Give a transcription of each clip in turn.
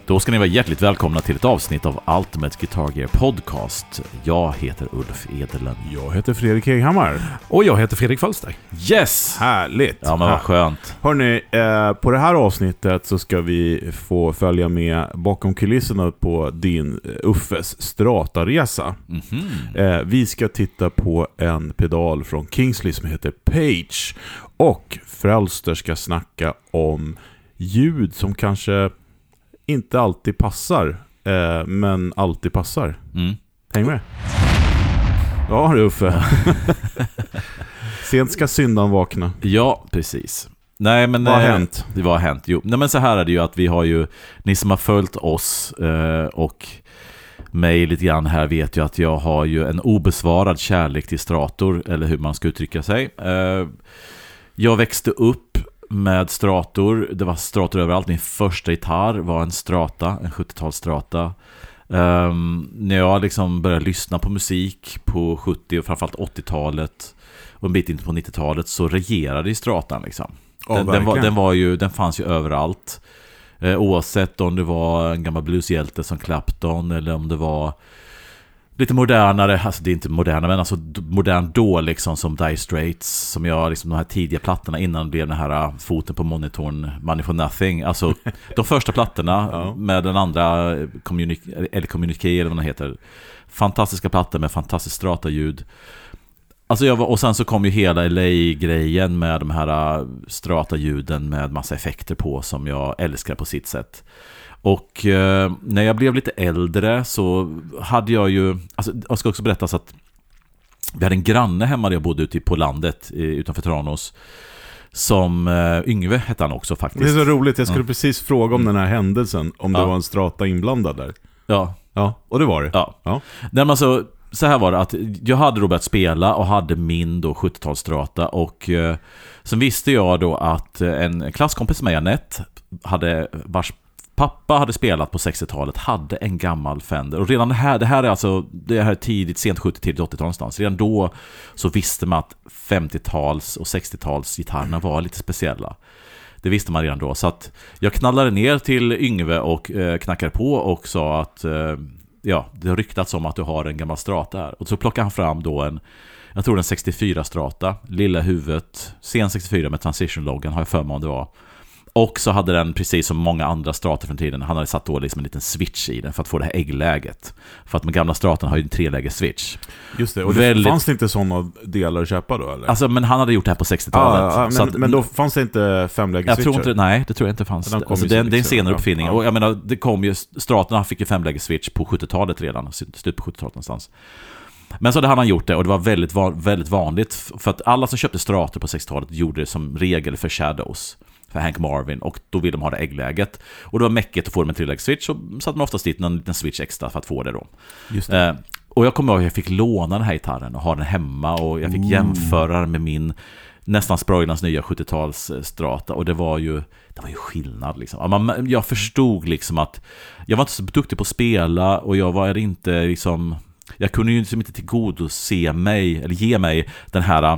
Då ska ni vara hjärtligt välkomna till ett avsnitt av Ultimate Guitar Gear Podcast. Jag heter Ulf Edelen. Jag heter Fredrik Heghammar. Och jag heter Fredrik Fölsteg. Yes! Härligt! Ja, men vad skönt. Hörrni, på det här avsnittet så ska vi få följa med bakom kulisserna på din Uffes Strata-resa. Vi ska titta på en pedal från Kingsley som heter Page. Och Frölster ska snacka om ljud som kanske inte alltid passar, men alltid passar. Häng med. Ja, Uffe. Sent ska syndan vakna. Ja, precis. Nej, men vad har hänt? Det var hänt. Jo. Nej, men så här är det ju att vi har ju, ni som har följt oss och mig lite grann här vet ju att jag har ju en obesvarad kärlek till strator, eller hur man ska uttrycka sig. Jag växte upp med strator. Det var strator överallt. Min första gitarr var en strata, en 70-tals strata. När jag liksom började lyssna på musik på 70- och framförallt 80-talet och en bit in på 90-talet så regerade ju stratan liksom. Den fanns ju överallt. Oavsett om det var en gammal blueshjälte som Clapton eller om det var lite modernare, alltså det är inte moderna men alltså modern då liksom som Dire Straits, som jag liksom de här tidiga plattorna innan det blev den här foten på monitorn Money for Nothing, alltså de första plattorna med den andra Communique eller vad den heter, fantastiska plattor med fantastiskt strata-ljud. Alltså och sen så kom ju hela LA-grejen med de här strata-ljuden med massa effekter på som jag älskar på sitt sätt. Och när jag blev lite äldre så hade jag ju, alltså jag ska också berätta så att vi hade en granne hemma där jag bodde ute på landet utanför Tranås som Yngve hette han också faktiskt. Det är så roligt, jag skulle precis fråga om den här händelsen, om det var en strata inblandad där. Ja, och det var det. Ja. Nej, alltså, så här var det att jag hade då börjat spela och hade min då 70-talsstrata och sen visste jag då att en klasskompis med Janette vars pappa hade spelat på 60-talet, hade en gammal Fender. Och redan det här är alltså det här tidigt, sent 70 till 80-tal någonstans. Redan då så visste man att 50-tals och 60-tals gitarrerna var lite speciella. Det visste man redan då. Så att jag knallade ner till Yngve och knackade på och sa att det har ryktats om att du har en gammal strata här. Och så plockade han fram då jag tror en 64 strata, lilla huvudet, sen 64 med transition-loggan har jag för mig om det var. Och så hade den, precis som många andra strator från tiden, han hade satt då liksom en liten switch i den för att få det här äggläget. För att de gamla stratorna har ju en 3-läges switch. Just det, och fanns det inte sådana delar att köpa då? Eller? Alltså, men han hade gjort det här på 60-talet. Men då fanns det inte 5-läges switcher? Nej, det tror jag inte fanns. Alltså, det är en senare uppfinning. Ja. Och jag menar, det kom ju, stratorna fick ju 5-läges switch på 70-talet redan, slut på 70-talet någonstans. Men så hade han gjort det och det var väldigt vanligt för att alla som köpte strator på 60-talet gjorde det som regel för Shadows, för Hank Marvin, och då ville de ha det äggläget och det var mäckigt att få dem en 3-läges switch och satte man oftast dit någon liten switch extra för att få det då. Just det. Och jag kommer ihåg att jag fick låna den här gitarren och ha den hemma och jag fick jämföra den med min nästan Sproilans nya 70-tals strata och det var ju skillnad liksom. Jag förstod liksom att jag var inte så duktig på att spela och jag var inte liksom, jag kunde ju inte tillgodose mig eller ge mig den här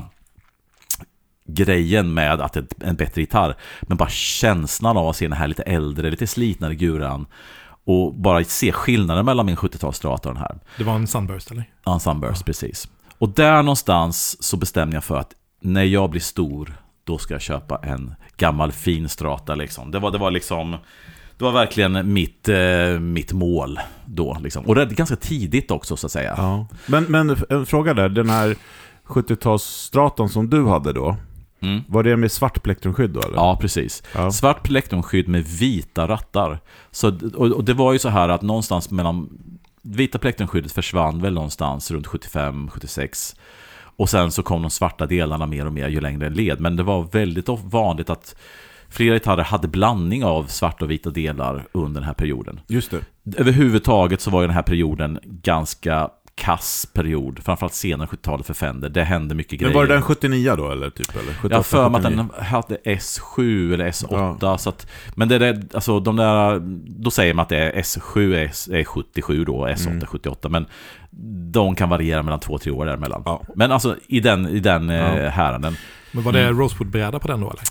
grejen med att en bättre gitarr, men bara känslan av att se den här lite äldre, lite slitnare guran och bara se skillnaden mellan min 70-talsstrata och den här. Det var en Sunburst eller? Ja, en Sunburst, precis. Och där någonstans så bestämde jag för att när jag blir stor, då ska jag köpa en gammal fin strata liksom. Det var verkligen mitt mål då liksom. Och det är ganska tidigt också så att säga. Ja. Men en fråga där, den här 70-talsstratan som du hade då, var det med svart plektrumskydd då eller? Ja, precis. Ja. Svart plektrumskydd med vita rattar. Så, och det var ju så här att någonstans mellan vita plektrumskyddet försvann väl någonstans runt 75-76. Och sen så kom de svarta delarna mer och mer ju längre det led. Men det var väldigt vanligt att flera gitarrer hade blandning av svarta och vita delar under den här perioden. Just det. Överhuvudtaget så var ju den här perioden ganska kass period, framförallt senare 70-talet för Fender. Det hände mycket grejer. Men var det den 79 då eller typ eller 78, jag för mig att den hade S7 eller S8 ja. Så att, men det alltså de där, då säger man att det är S7 är 77 då, S8 78, men de kan variera mellan 2-3 år däremellan. Ja. Men alltså i den häraden. Men var det Rosewood-bräda på den då eller?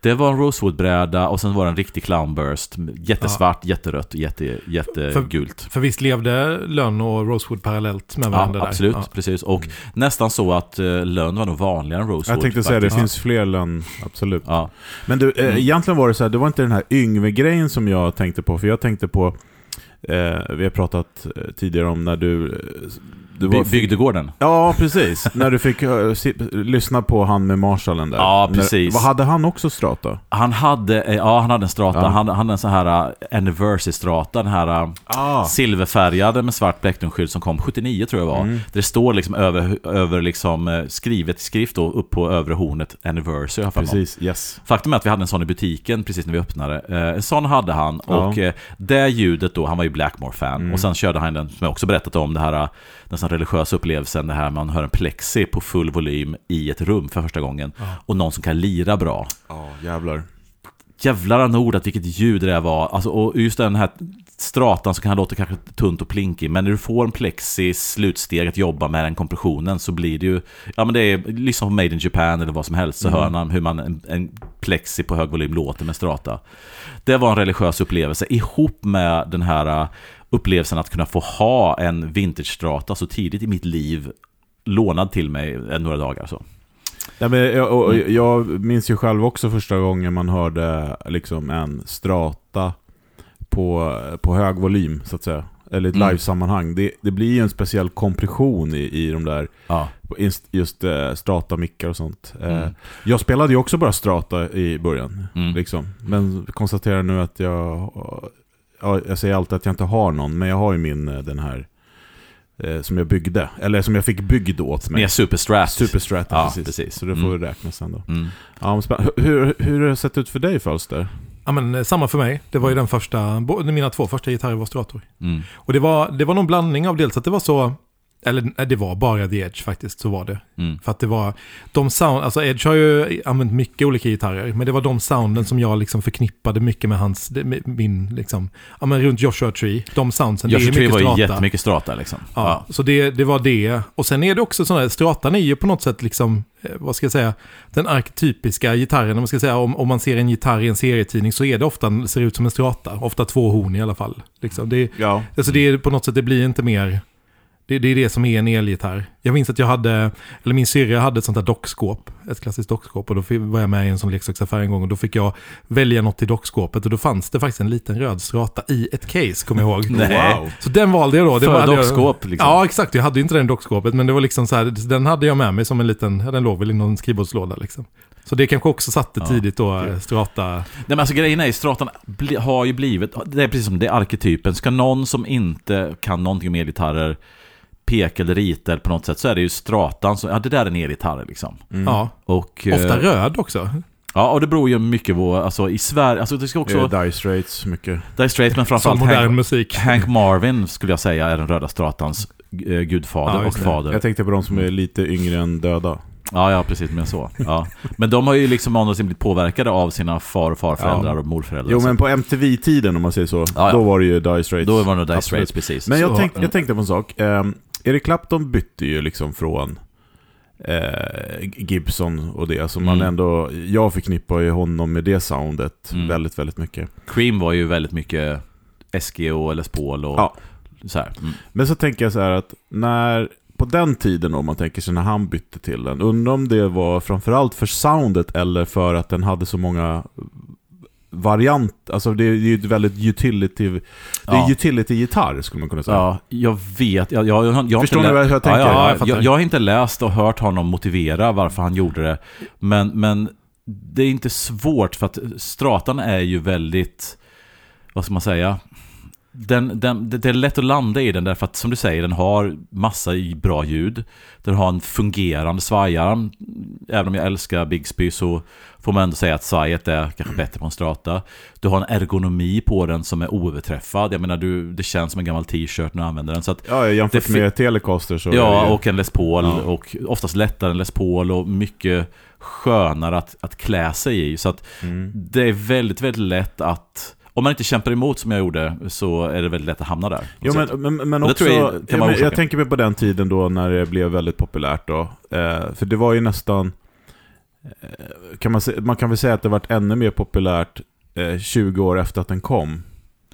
Det var en Rosewood-bräda och sen var det en riktig clownburst. Jättesvart, jätterött och jättegult. För visst levde Lönn och Rosewood parallellt med varandra där? Absolut, precis. Och nästan så att Lönn var nog vanligare än Rosewood. Jag tänkte säga, det finns fler Lönn, absolut. Ja. Men du, egentligen var det så här, det var inte den här Yngve-grejen som jag tänkte på, för jag tänkte på, vi har pratat tidigare om när du Bygdegården. Ja, precis. När du fick lyssna på han med Marshallen där. Ja, precis. Vad hade han också strata? Han hade en strata. Ja. Han hade en sån här anniversary-strata, den här silverfärgade med svart plektrunskydd som kom 79 tror jag var. Där det står liksom över liksom skrivet i skrift och upp på övre hornet anniversary. Precis, yes. Faktum är att vi hade en sån i butiken precis när vi öppnade. En sån hade han och det ljudet då, han var ju Blackmore-fan och sen körde han den, som jag också berättat om, det här nästan religiösa upplevelsen, det här man hör en plexi på full volym i ett rum för första gången och någon som kan lira bra. Jävlar anord vilket ljud det var. Alltså, och just den här stratan så kan han låta kanske tunt och plinkig, men när du får en plexi slutsteg att jobba med den kompressionen så blir det ju, men det är liksom på Made in Japan eller vad som helst, så hör man hur man en plexi på hög volym låter med strata. Det var en religiös upplevelse ihop med den här upplevelsen att kunna få ha en vintage strata så tidigt i mitt liv lånad till mig några dagar så. Ja, men jag minns ju själv också första gången man hörde liksom en strata på hög volym så att säga, eller ett live-sammanhang. Det blir ju en speciell kompression i de där just strata-mickar och sånt. Jag spelade ju också bara strata i början liksom, men konstaterar nu att jag säger alltid att jag inte har någon, men jag har ju min den här som jag byggde, eller som jag fick byggd åt mig. Med Superstrat, precis. Så det får vi räkna sen då. Hur har det sett ut för dig, Fölster? Ja, men samma för mig. Det var ju mina 2 första gitarrer var strator. Och det var någon blandning av dels att det var så, eller det var bara The Edge faktiskt, så var det. För att det var de sound, alltså Edge har ju använt mycket olika gitarrer, men det var de sounden som jag liksom förknippade mycket med min liksom, runt Joshua Tree, de soundsen. Joshua Tree var ju jättemycket strata liksom. Ja. Så det var det. Och sen är det också sådana här, stratan är ju på något sätt liksom, vad ska jag säga, den arketypiska gitarren, om man ska säga, om man ser en gitarr i en serietidning så är det ofta, ser ut som en strata, ofta 2 horn i alla fall. Liksom. Alltså det är på något sätt, det blir inte mer. Det är det som är en elgitarr. Jag minns att min syrra hade ett sånt där dockskåp, ett klassiskt dockskåp, och då var jag med i en sån leksaksaffär en gång och då fick jag välja något till dockskåpet och då fanns det faktiskt en liten röd strata i ett case, kommer jag ihåg. Wow. Så den valde jag då. För dockskåp liksom. Ja, exakt. Jag hade ju inte den dockskåpet, men det var liksom så här, den hade jag med mig som en liten, den låg väl i någon skrivbordslåda liksom. Så det kanske också satte tidigt då, strata. Nej, men alltså grejen är, stratan har ju blivit, det är precis som det är arketypen. Ska någon som inte kan någonting med gitarrer peka eller rita på något sätt, så är det ju stratan som, det där är en elgitarr liksom. Ja. Och ofta röd också. Ja, och det beror ju mycket på, alltså i Sverige, alltså det ska också Dire Straits mycket. Dire Straits, men framförallt modern musik. Hank Marvin skulle jag säga är den röda stratans gudfader och fader. Jag tänkte på de som är lite yngre än döda. Ja, precis, men så. Ja. Men de har ju liksom andra blivit påverkade av sina far- och farföräldrar och morföräldrar. Jo, men på MTV-tiden, om man säger så, då var det ju Dire Straits. Då var det Dire Straits, precis. Men jag tänkte på en sak. Eric Clapton bytte ju liksom från Gibson och det, alltså man ändå, jag förknippar ju honom med det soundet väldigt, väldigt mycket. Cream var ju väldigt mycket SGO eller Les Paul och så här. Men så tänker jag så här att när på den tiden, om man tänker sig när han bytte till den, undrar om det var framförallt för soundet eller för att den hade så många variant, alltså det är ju ett väldigt utility-gitarr skulle man kunna säga. Ja, jag vet. Jag förstår ni vad jag tänker? Jag har inte läst och hört honom motivera varför han gjorde det. Men det är inte svårt, för att stratan är ju väldigt, vad ska man säga, det är lätt att landa i den, därför att som du säger, den har massa bra ljud. Den har en fungerande svajarm. Även om jag älskar Bigsby så får man ändå säga att svajet är kanske bättre på en strata. Du har en ergonomi på den som är oöverträffad. Jag menar, det känns som en gammal t-shirt när du använder den. Så att jämfört med Telecaster så och en Les Paul och oftast lättare än Les Paul och mycket skönare att klä sig i. Så att det är väldigt, väldigt lätt att, om man inte kämpar emot som jag gjorde, så är det väldigt lätt att hamna där. Jo, men också, jag tänker mig på den tiden då när det blev väldigt populärt då. För det var ju nästan, man kan väl säga att det varit ännu mer populärt 20 år efter att den kom.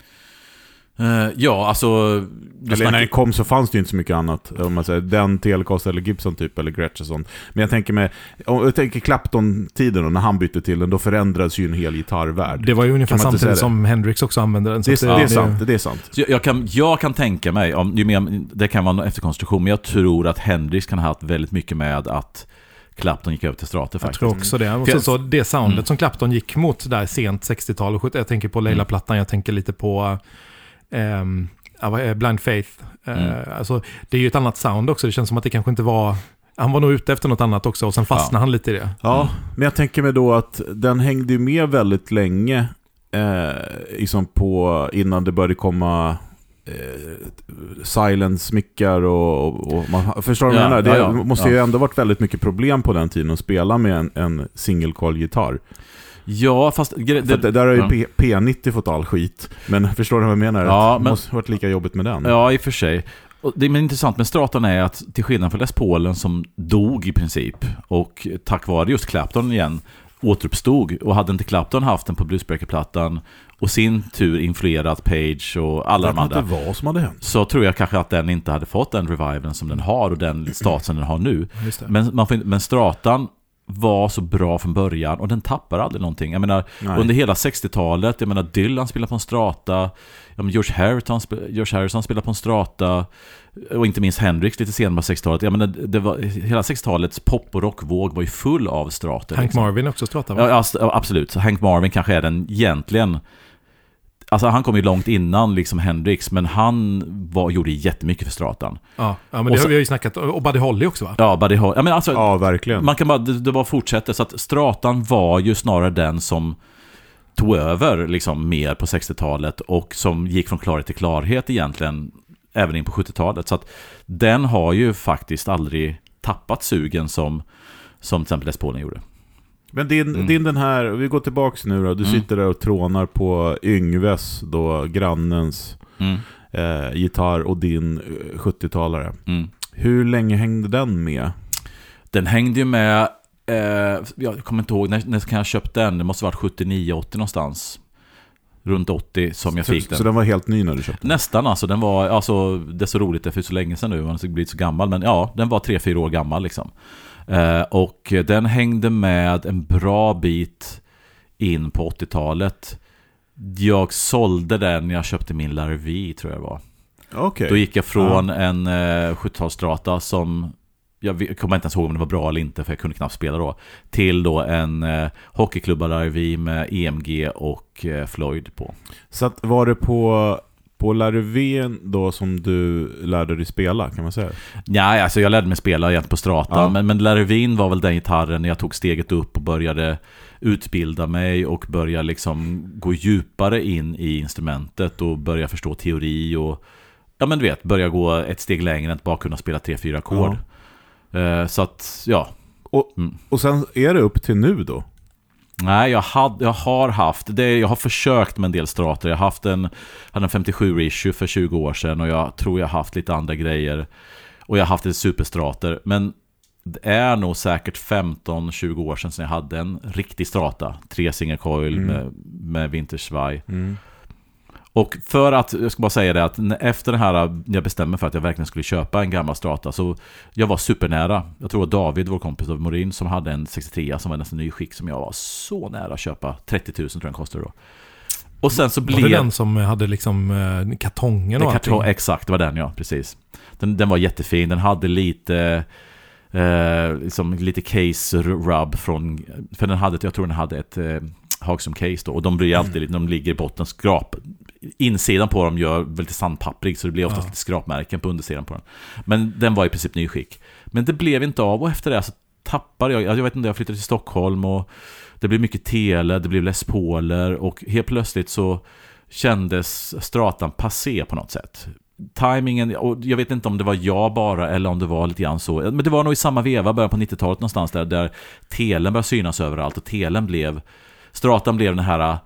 Ja, alltså... Eller när den kom så fanns det ju inte så mycket annat. Om man säger den Telecaster eller Gibson typ, eller Gretsch och sånt. Men jag tänker med, om jag tänker Clapton-tiden och när han bytte till den, då förändrades ju en hel gitarrvärld. Det var ju ungefär samtidigt som Hendrix också använde den. Det är sant. Så jag kan tänka mig, det kan vara en efterkonstruktion, men jag tror att Hendrix kan ha haft väldigt mycket med att Clapton gick över till Strater faktiskt. Jag tror också det. Och så det soundet som Clapton gick mot där sent 60-tal och 70. Jag tänker på Leila-plattan, jag tänker lite på Blind Faith. Alltså, det är ju ett annat sound också. Det känns som att det kanske inte var... Han var nog ute efter något annat också och sen fastnade han lite i det. Ja, men jag tänker mig då att den hängde ju med väldigt länge liksom innan det började komma silence-mickar och man förstår vad jag menar. Det måste ju ändå varit väldigt mycket problem på den tiden att spela med en single-coil-gitarr. Ja, fast... där har ju P90 fått all skit. Men förstår du vad jag menar? Ja, det måste varit lika jobbigt med den. Ja, i och för sig. Och det är intressant med Stratan är att till skillnad från Les Paulen som dog i princip och tack vare just Clapton igen återuppstod, och hade inte Clapton haft den på Bluesbreaker-plattan och sin tur influerat Page och alla de andra, vad som hade hänt, så tror jag kanske att den inte hade fått den revivalen som den har och den statusen den har nu. Men Stratan var så bra från början och den tappar aldrig någonting. Jag menar, under hela 60-talet, jag menar Dylan spelade på en Strata, George Harrison spelade på en Strata, och inte minst Hendrix lite senare på 60-talet. Jag menar, hela 60-talets pop- och rockvåg var ju full av Strata. Hank Marvin också Strata, va? Ja, absolut. Så Hank Marvin kanske är den egentligen... Alltså han kom ju långt innan liksom Hendrix, men han gjorde jättemycket för Stratan. Ja, men det har vi ju snackat. Och Buddy Holly också, va? Ja, Buddy Holly. Men alltså, ja, verkligen. Man kan bara, det bara fortsätter. Så att Stratan var ju snarare den som tog över liksom mer på 60-talet och som gick från klarhet till klarhet egentligen även in på 70-talet. Så att den har ju faktiskt aldrig tappat sugen som till exempel Les Paulen gjorde. Men din den här, vi går tillbaks nu då. Du sitter där och trånar på Yngves då, grannens gitarr och din 70-talare. Hur länge hängde den med? Den hängde ju med jag kommer inte ihåg när kan jag köpt den. Det måste ha varit 79-80 någonstans. Runt 80 som jag fick den. Så den var helt ny när du köpte den? Nästan, alltså den var, alltså det är så roligt, det är för så länge sedan nu, man har blivit så gammal, men ja, den var 3-4 år gammal liksom. Och den hängde med en bra bit in på 80-talet. Jag sålde den när jag köpte min Larvie, tror jag det var. Okay. Då gick jag från en 70-talsstrata som jag kommer inte ens ihåg om det var bra eller inte, för jag kunde knappt spela då, till då en hockeyklubba Larvie med EMG och Floyd på. Så att var det på Larvien då som du lärde dig spela, kan man säga? Nej, alltså jag lärde mig spela egentligen på Strata, men Larvien var väl den gitarren när jag tog steget upp och började utbilda mig och börja liksom gå djupare in i instrumentet och börja förstå teori och men du vet, börja gå ett steg längre än att bara kunna spela 3-4 ackord. Så att, ja. Och sen är det upp till nu då? Nej, jag har haft det, jag har försökt med en del strater. Jag hade en 57 reissue för 20 år sedan och jag tror jag har haft lite andra grejer. Och jag har haft ett superstrater, men det är nog säkert 15-20 år sedan jag hade en riktig strata, 3 single coil med vintersvaj. Och för att, jag ska bara säga det, att efter det här, jag bestämde för att jag verkligen skulle köpa en gammal strata, så jag var supernära. Jag tror att David, vår kompis av Morin, som hade en 63 som var nästan ny skick, som jag var så nära att köpa. 30 000 tror jag den kostade då. Och sen så blev... Var det den som hade liksom kartongen och allting? Exakt, det var den, ja, precis. Den var jättefin, den hade lite... liksom lite case rub från, för jag tror den hade ett Hagsum case då, och de blir alltid lite, de ligger i botten, skrap insidan på dem gör väldigt sandpapprig, så det blir oftast lite skrapmärken på undersidan på den, men den var i princip ny skick, men det blev inte av, och efter det så tappade jag vet inte, jag flyttade till Stockholm och det blev mycket tele, det blev Les Pauler, och helt plötsligt så kändes stratan passé på något sätt. Timingen, och jag vet inte om det var jag bara eller om det var lite grann så, men det var nog i samma veva, början på 90-talet någonstans där telen började synas överallt, och stratan blev den här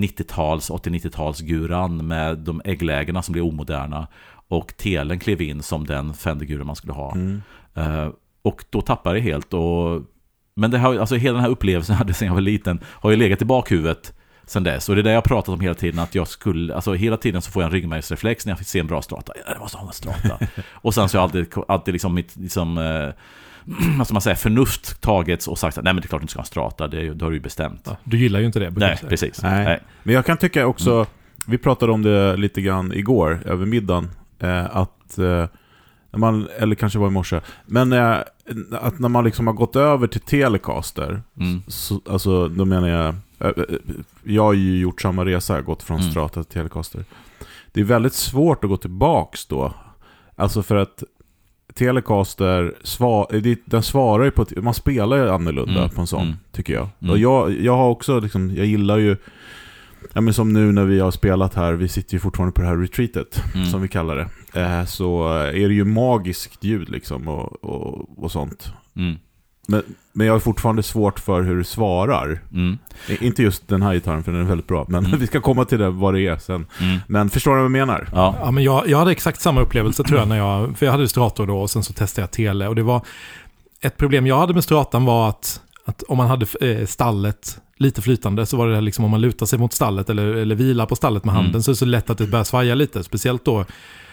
80-90-tals guran med de ägglägena som blev omoderna, och telen klev in som den Fender-guran man skulle ha. Och då tappade det helt, och Men det har, alltså, hela den här upplevelsen jag hade sen jag var liten har ju legat i bakhuvudet sen dess. Och det är det jag har pratat om hela tiden, att jag skulle, alltså hela tiden så får jag en ryggmärgsreflex när jag ser en bra strata. Det måste ha en strata. Och sen så har jag alltid liksom mitt vad ska man säga, förnuft tagits och sagt att nej, men det är klart du inte ska ha en strata, det har du ju bestämt. Ja, du gillar ju inte det. Nej, precis. Nej. Men jag kan tycka också, vi pratade om det lite grann igår över middagen, att eller kanske var i morse, men att när man liksom har gått över till Telecaster, så, alltså då menar jag har ju gjort samma resa, gått från strata till Telecaster. Det är väldigt svårt att gå tillbaks då, alltså för att Telecaster den svarar ju på man spelar ju annorlunda på en sån, tycker jag. Och jag har också liksom, jag gillar ju, ja, men som nu när vi har spelat här, vi sitter ju fortfarande på det här retreatet som vi kallar det, så är det ju magiskt ljud liksom och sånt. Men jag har fortfarande svårt för hur det svarar. Inte just den här gitarren, för den är väldigt bra, men vi ska komma till det, vad det är sen. Men förstår du vad jag menar? Ja, men jag hade exakt samma upplevelse tror jag, för jag hade strator då och sen så testade jag tele, och det var ett problem jag hade med stratan var att om man hade stallet lite flytande, så var det liksom, om man lutar sig mot stallet eller vilar på stallet med handen, så är det så lätt att det börjar svaja lite, speciellt då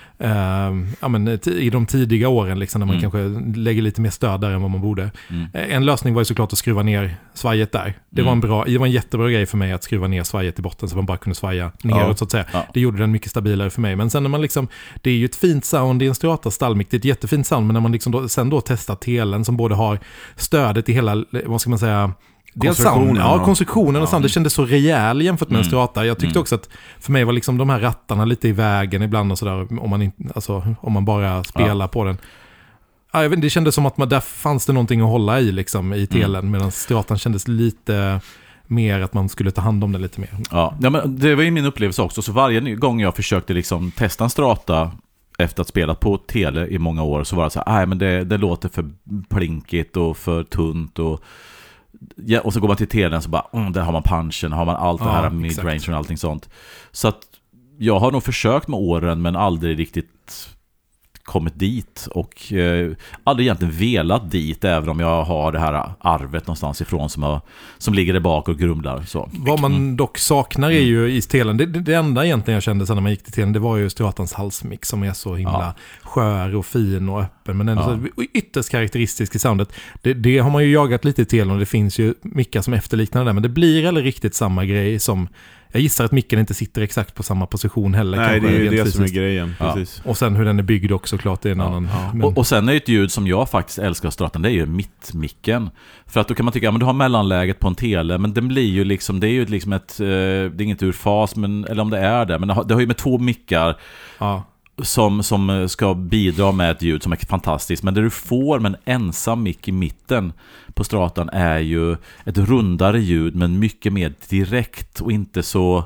i de tidiga åren liksom, när man kanske lägger lite mer stöd där än vad man borde. En lösning var ju såklart att skruva ner svajet där. Det var en jättebra grej för mig att skruva ner svajet i botten så man bara kunde svaja neråt så att säga. Det gjorde den mycket stabilare för mig. Men sen när man liksom, det är ju ett fint sound i en strata stallmick, det är ett jättefint sound, men när man liksom sen då testar telen som både har stödet i hela, vad ska man säga, konstruktionen och sound, det kändes så rejäl jämfört med en strata. Jag tyckte också att för mig var liksom de här rattarna lite i vägen ibland och sådär, om man bara spelar på den. Ja, jag vet, det kändes som att där fanns det någonting att hålla i liksom, i telen, medan stratan kändes lite mer att man skulle ta hand om den lite mer. Ja, men det var ju min upplevelse också, så varje gång jag försökte liksom testa en strata efter att ha spelat på tele i många år, så var det så här, men det låter för plinkigt och för tunt och så går man till telen så bara, där har man punchen, har man allt det här mid-range och allting sånt. Så att jag har nog försökt med åren, men aldrig riktigt kommit dit, och aldrig egentligen velat dit, även om jag har det här arvet någonstans ifrån som ligger där bak och grumlar. Så. Vad man dock saknar är ju i telen, det enda egentligen jag kände sen när man gick till telen, det var ju stratans halsmick som är så himla skör och fin och öppen, men ändå så ytterst karaktäristisk i soundet. Det har man ju jagat lite i telen, och det finns ju mickar som efterliknar det, men det blir eller riktigt samma grej som. Jag gissar att micken inte sitter exakt på samma position heller. Nej, det är ju det som är grejen. Precis. Och sen hur den är byggd också, klart det är en annan. Men. Och sen är det ett ljud som jag faktiskt älskar av stratan, det är ju mittmicken. För att då kan man tycka, men du har mellanläget på en tele, men den blir ju liksom, det är ju liksom det är inget ur fas, men, eller om det är det, men det har ju med två mickar som ska bidra med ett ljud som är fantastiskt, men det du får med en ensam mick i mitten på stratan är ju ett rundare ljud, men mycket mer direkt och inte så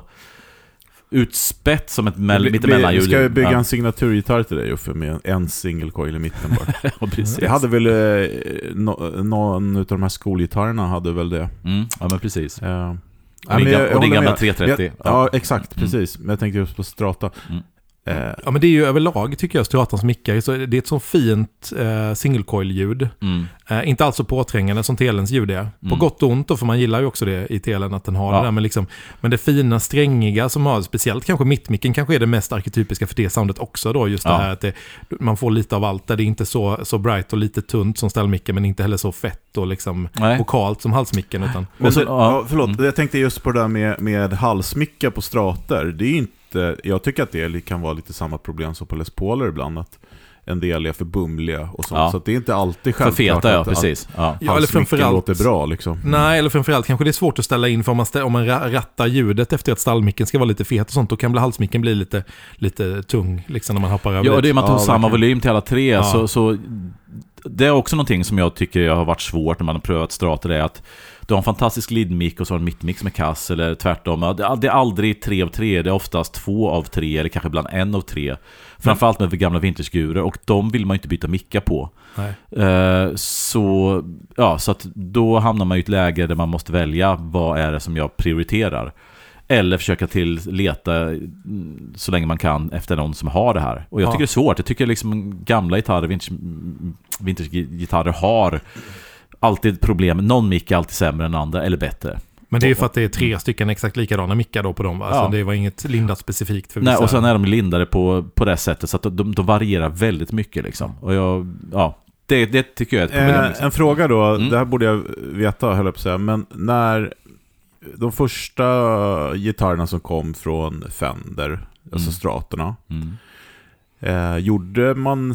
utspätt som ett mittemellanljud. Ska jag bygga en signaturgitarr till dig, Uffe, med en single coil i mitten bara? Jag hade väl någon av de här skolgitarrerna hade väl det. Ja, men precis. Och din gamla 330. Ja, exakt, precis. Men jag tänkte just på strata. Ja, men det är ju överlag, tycker jag, stratans mickar, så det är ett så fint single coil-ljud. Inte alls så påträngande som telens ljud är. På gott och ont då, för man gillar ju också det i telen, att den har det där, men det fina, strängiga som har, speciellt kanske mittmicken kanske är det mest arketypiska för det soundet också då, just det här att man får lite av allt, där det är inte så bright och lite tunt som ställmicken, men inte heller så fett och liksom vokalt som halsmicken, utan. Förlåt, jag tänkte just på det där med halsmickar på strater. Det är inte, jag tycker att det kan vara lite samma problem som på Les Pauler ibland, att en del är för bumliga och sånt, så att det är inte alltid självklart för feta, precis. Eller framförallt låter bra liksom. Nej, eller framförallt kanske det är svårt att ställa in, för om man rattar ljudet efter att stallmicken ska vara lite fet och sånt, då kan halsmicken bli lite tung liksom, när man hoppar över. Ja, det är man tar samma volym till alla tre, så det är också någonting som jag tycker har varit svårt när man har prövat strater, är att du har en fantastisk lead-mick och så har en mitt-mix med kass, eller tvärtom. Det är aldrig 3 av 3, det är oftast 2 av 3, eller kanske ibland 1 av 3. Framförallt med gamla vinterskurer, och de vill man ju inte byta micka på. Så att då hamnar man i ett läge där man måste välja, vad är det som jag prioriterar. Eller försöka leta så länge man kan efter någon som har det här. Och jag tycker det är svårt. Jag tycker liksom gamla gitarrer, vintersgitarrer har alltid problem. Någon mick är alltid sämre än andra eller bättre. Men det är ju för att det är 3 stycken exakt likadana mickar då på dem, va? Alltså det var inget lindat specifikt för vissa. Nej, och sen är de lindade på det sättet så att de varierar väldigt mycket liksom. Och det tycker jag är ett problem. Liksom. En fråga då, det här borde jag veta, höll jag på att säga, men när de första gitarrerna som kom från Fender, alltså Stratorna, gjorde man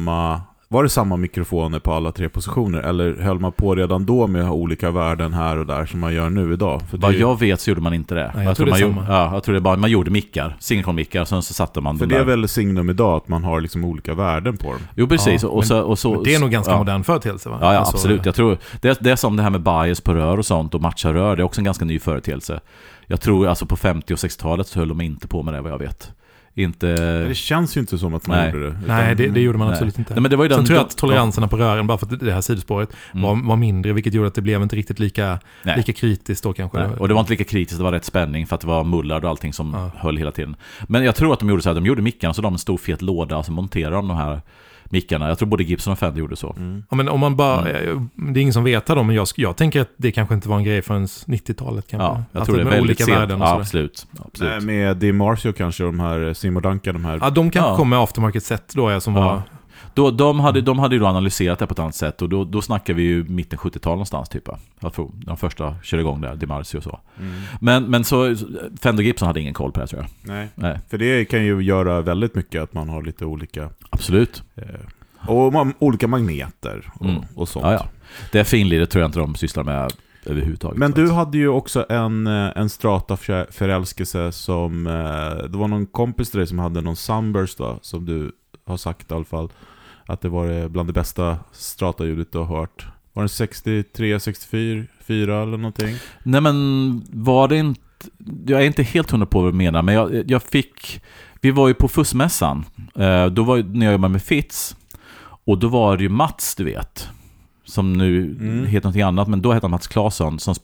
var det samma mikrofoner på alla 3 positioner, eller höll man på redan då med att ha olika värden här och där som man gör nu idag? För vad jag vet så gjorde man inte det. Nej, jag tror det är bara man gjorde mickar, singelkonmickar, sen så satte man för det är väl signum idag att man har liksom olika värden på dem. Jo, precis. Ja, men det är nog ganska modern företeelse, va? Ja, alltså, absolut. Jag tror det är som det här med bias på rör och sånt och matcha rör, det är också en ganska ny företeelse. Jag tror alltså på 50- och 60-talet så höll de inte på med det, vad jag vet. Det känns ju inte som att man gjorde det. Nej, det gjorde man absolut inte. Nej, men det var ju sen tror jag att toleranserna på rören, bara för att det här sidospåret var mindre, vilket gjorde att det blev inte riktigt lika kritiskt då kanske. Nej. Och det var inte lika kritiskt, det var rätt spänning för att det var mullard och allting som höll hela tiden. Men jag tror att de gjorde så här, de gjorde mickarna så de en stor fet låda och så monterade de här mickarna. Jag tror både Gibson och Fender gjorde så. Ja, men om man bara, det är ingen som vet det, men jag tänker att det kanske inte var en grej förrän 90-talet kanske. Ja, jag tror det är väldigt olika sent. värden och absolut. Nej, med DiMarzio kanske, de här Seymour Duncan, de här. Ja, de kanske kom med aftermarket set då, som var... De hade ju då analyserat det på ett annat sätt och då snackar vi ju mitten 70-tal någonstans typ. Jag tror de första körde igång där, DiMarzio och så. Men så Fender Gibson hade ingen koll på det, tror jag. Nej. För det kan ju göra väldigt mycket att man har lite olika... Absolut. Och olika magneter och sånt. Ja. Det är finliret tror jag inte de sysslar med överhuvudtaget. Men du hade ju också en Strata-förälskelse som... det var någon kompis till dig som hade någon Sunburst, va? Som du har sagt i alla fall att det var bland det bästa Strata-ljudet du har hört. Var det 63, 64 eller någonting? Nej, men var det inte... Jag är inte helt hundra på vad du menar, men jag fick... Vi var ju på Fussmässan. Då var när jag jobbade med Fitz. Och då var det ju Mats, du vet. Som nu heter någonting annat, men då heter han Mats Claesson som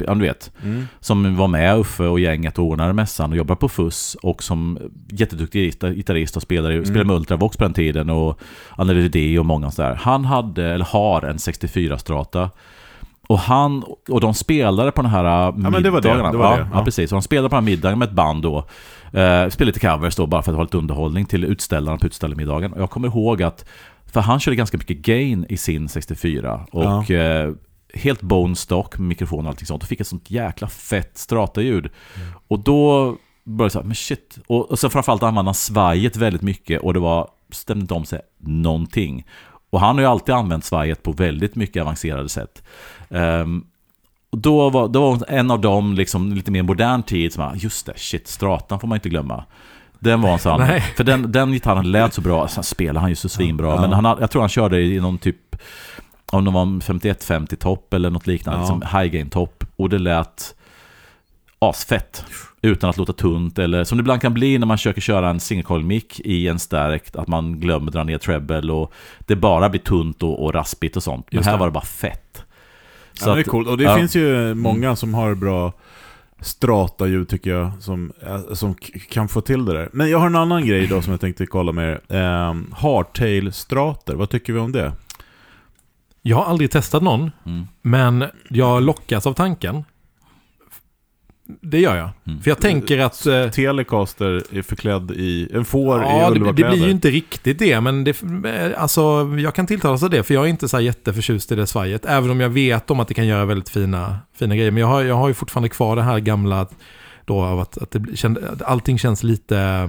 som var med Uffe och gänget och ordnade mässan och jobbade på Fuss och som jätteduktig gitarrist och spelade med Ultravox på den tiden och Anneli och många sådär. Han har en 64 Strata. Och de spelade på den här middagen. Ja, precis. Och de spelade på den här middagen med ett band då. Spelade lite covers då bara för att ha lite underhållning till utställarna på utställningsmiddagen. Och jag kommer ihåg att för han körde ganska mycket gain i sin 64 och helt bone stock med mikrofon och allting sånt och fick ett sånt jäkla fett Strata-ljud. Och då började jag säga, men shit. Och så framförallt använde han svajet väldigt mycket och det stämde inte om sig någonting. Och han har ju alltid använt svajet på väldigt mycket avancerade sätt. Och då var en av dem liksom lite mer modern tid som just det, shit, Stratan får man inte glömma. Den var en sån. För den gitarren lät så bra. Sen spelade han ju så svinbra. Men jag tror han körde i någon typ, om det var 51-50 topp eller något liknande, liksom high gain topp. Och det lät asfett utan att låta tunt. Eller som det ibland kan bli när man försöker köra en single coil mic i en stärkt, att man glömmer dra ner treble och det bara blir tunt och raspigt och sånt. Men här var det bara fett. Så det är coolt. Och det finns ju många som har bra Strata-ljud tycker jag som kan få till det där. Men jag har en annan grej då som jag tänkte kolla med. Hardtail-strater, vad tycker vi om det? Jag har aldrig testat någon, men jag lockas av tanken. Det gör jag. För jag tänker att... Telecaster är förklädd i en får i ulvakläder. Det blir ju inte riktigt det, men alltså, jag kan tilltala sig det, för jag är inte så jätteförtjust i det svajet. Även om jag vet om att det kan göra väldigt fina grejer. Men jag har ju fortfarande kvar det här gamla då, av att allting känns lite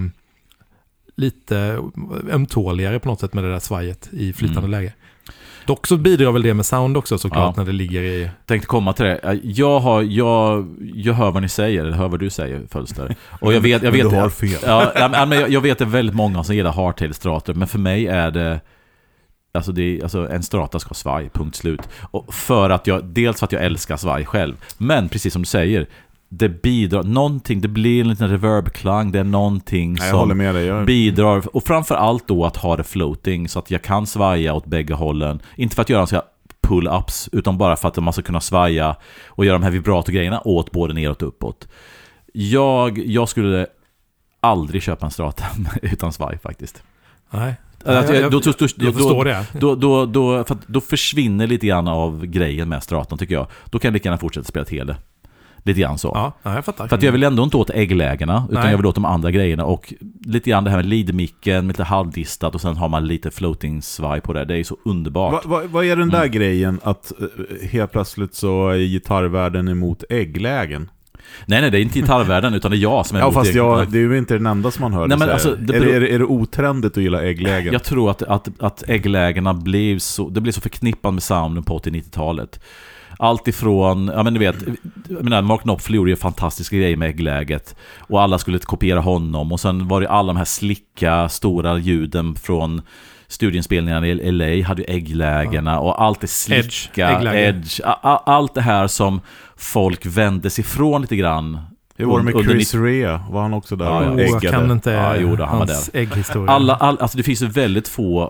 ömtåligare på något sätt med det där svajet i flytande läge. Dock så bidrar väl det med sound också såklart när det ligger i... Tänkte komma till det. Jag hör vad ni säger, eller hör vad du säger, Fölster. Och jag vet du har fel. Men jag vet att väldigt många som gillar hardtail-strator, men för mig är det en strata ska ha svaj, punkt slut. Och dels för att jag älskar svaj själv, men precis som du säger, det bidrar någonting, det blir en liten reverb-klang, det är någonting som bidrar, och framförallt då att ha det floating så att jag kan svaja åt bägge hållen, inte för att göra så pull-ups utan bara för att man ska kunna svaja och göra de här vibrato-grejerna åt både neråt och uppåt. Jag skulle aldrig köpa en strata utan svaj faktiskt. Nej. Jag förstår det. Då försvinner lite grann av grejen med stratan, tycker jag. Då kan jag lika gärna fortsätta spela tele. Lite grann så. Ja, jag fattar. För att jag vill ändå inte åt ägglägena, utan jag vill åt de andra grejerna. Och lite grann det här med lead-micken, lite halvdistat, och sen har man lite floating-svaj på det. Det är så underbart. Vad är den där grejen att helt plötsligt så är gitarrvärlden emot ägglägen? Nej, det är inte gitarrvärlden, utan det är jag som är emot fast det är ju inte den enda som man hör. Nej, men alltså, är det otrendigt att gilla ägglägen? Jag tror att ägglägena blev så förknippat med sounden på 80-90-talet. Allt ifrån, ja men du vet, Mark Knopfler gjorde ju fantastiska grejer med äggläget, och alla skulle kopiera honom, och sen var det alla de här slicka, stora ljuden från studieinspelningarna i LA hade ju ägglägena, och allt det slicka, edge, allt det här som folk vände sig ifrån lite grann. Hur var det med Chris Rea? Var han också där? Jag kan inte han var där. Ägghistoria. Alltså det finns ju väldigt få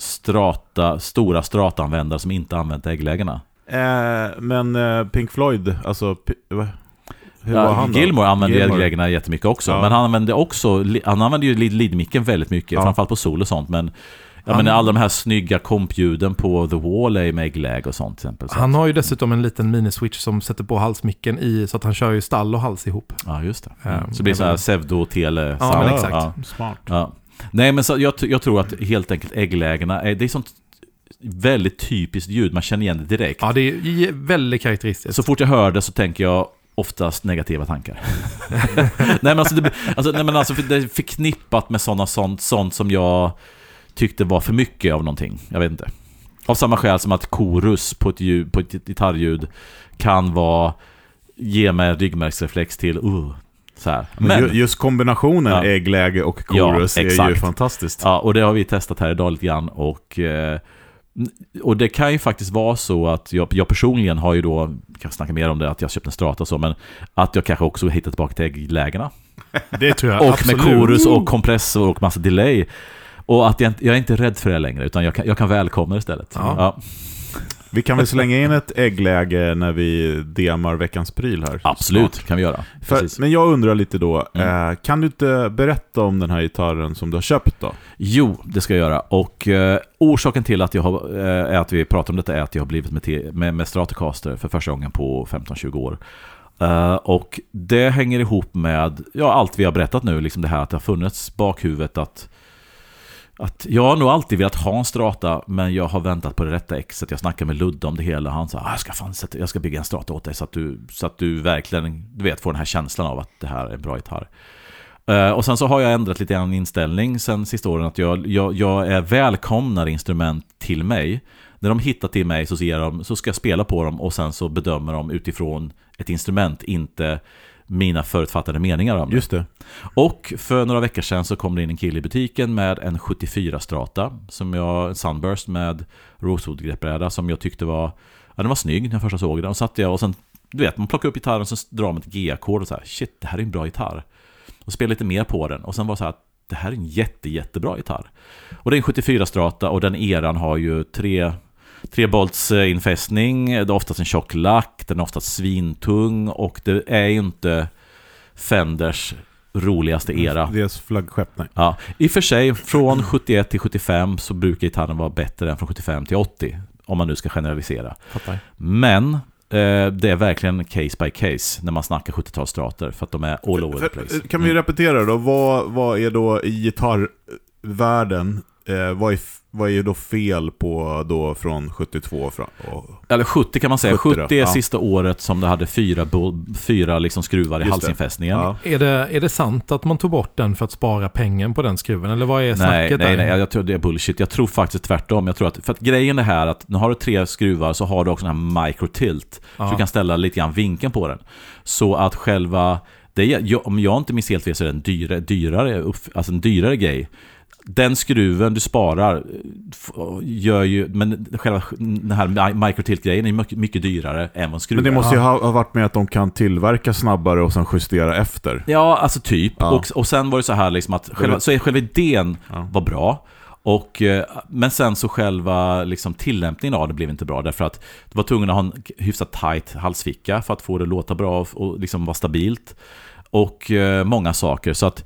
stora strata-användare som inte använt ägglägena. Men Pink Floyd, alltså hur var han då? Gilmour använde ägglägena jättemycket också, men han använde ju lead-micken väldigt mycket, framförallt på sol och sånt, men men alla de här snygga kompljuden på The Wall är med äggläge och sånt till exempel. Han har ju dessutom en liten miniswitch som sätter på halsmicken i, så att han kör ju stall och hals ihop. Ja, just det. Så det blir så här pseudo-tele. Ja, men exakt. Smart. Ja. Nej, men så jag tror att helt enkelt ägglägena det är sånt väldigt typiskt ljud, man känner igen det direkt. Ja, det är väldigt karaktäristiskt. Så fort jag hör det så tänker jag oftast negativa tankar. Nej, men alltså det är förknippat med sånt som jag tyckte var för mycket av någonting. Jag vet inte. Av samma skäl som att korus på ett gitarrljud kan ge mig ryggmärgsreflex till så här. Men just kombinationen äggläge och korus är ju fantastiskt. Ja, och det har vi testat här idag lite grann, och det kan ju faktiskt vara så att jag personligen har ju då, kan snacka mer om det, att jag köpt en strata och så, men att jag kanske också hittat tillbaka till ägglägena. Det tror jag och absolut. Med korus och kompressor och massa delay. Och att jag är inte rädd för det längre, utan jag kan välkomna det istället. Ja. Vi kan väl slänga in ett äggläge när vi demar veckans pryl här. Absolut, kan vi göra. Men jag undrar lite då, kan du inte berätta om den här gitarren som du har köpt då? Jo, det ska jag göra. Och orsaken till att är att vi pratar om detta är att jag har blivit med Stratocaster för första gången på 15-20 år. Och det hänger ihop med allt vi har berättat nu, liksom det här att det har funnits bakhuvudet att jag har nog alltid velat ha en strata, men jag har väntat på det rätta exet. Jag snackade med Ludde om det hela. Han sa, jag ska bygga en strata åt dig så att du verkligen får den här känslan av att det här är en bra gitarr. Och sen så har jag ändrat lite grann inställning sen sista åren, att jag är välkomnar instrument till mig. När de hittar till mig så ska jag spela på dem, och sen så bedömer de utifrån ett instrument, inte mina förutfattade meningar om det. Just det. Och för några veckor sedan så kom det in en kille i butiken med en 74 strata, Sunburst med Rosewood-greppbräda, som jag tyckte den var snygg när jag först såg den. Och satt jag, och sen, man plockar upp gitarren, så drar man ett G-ackord och så här, shit, det här är en bra gitarr. Och spelar lite mer på den. Och sen var det så här, det här är en jättebra gitarr. Och det är en 74 strata, och den eran har ju 3 bolts infästning, det är oftast en tjock lack, den är oftast svintung, och det är ju inte Fenders roligaste era. Deras flaggskepp, nej. Ja, i och för sig, från 71 till 75 så brukar gitarren vara bättre än från 75 till 80, om man nu ska generalisera. Fattar. Men det är verkligen case by case när man snackar 70-talsstrater, för att de är all over the place. Kan vi repetera då, vad är då i gitarrvärlden, vad är då fel på då från 72 fram? Eller 70 kan man säga. 70 är då. sista året som det hade 4 liksom skruvar i halsinfästningen. Ja. Är det sant att man tog bort den för att spara pengen på den skruven? Eller vad är snacket där? Nej, jag tror det är bullshit. Jag tror faktiskt tvärtom. Jag tror för att grejen är här att när har du 3 skruvar så har du också den här microtilt. Så du kan ställa lite grann vinkeln på den. Så att själva, om jag inte minns helt fel, så är det en dyrare grej. Den skruven du sparar gör ju, men själva den här microtilt-grejen är mycket dyrare än vad skruvar. Men det måste ju ha varit med att de kan tillverka snabbare och sen justera efter. Ja, alltså typ. Ja. Och sen var det så här liksom att själva idén var bra. Men sen så själva liksom tillämpningen av det blev inte bra, därför att det var tvungen att ha en hyfsat tight halsficka för att få det låta bra och liksom vara stabilt, och många saker. Så att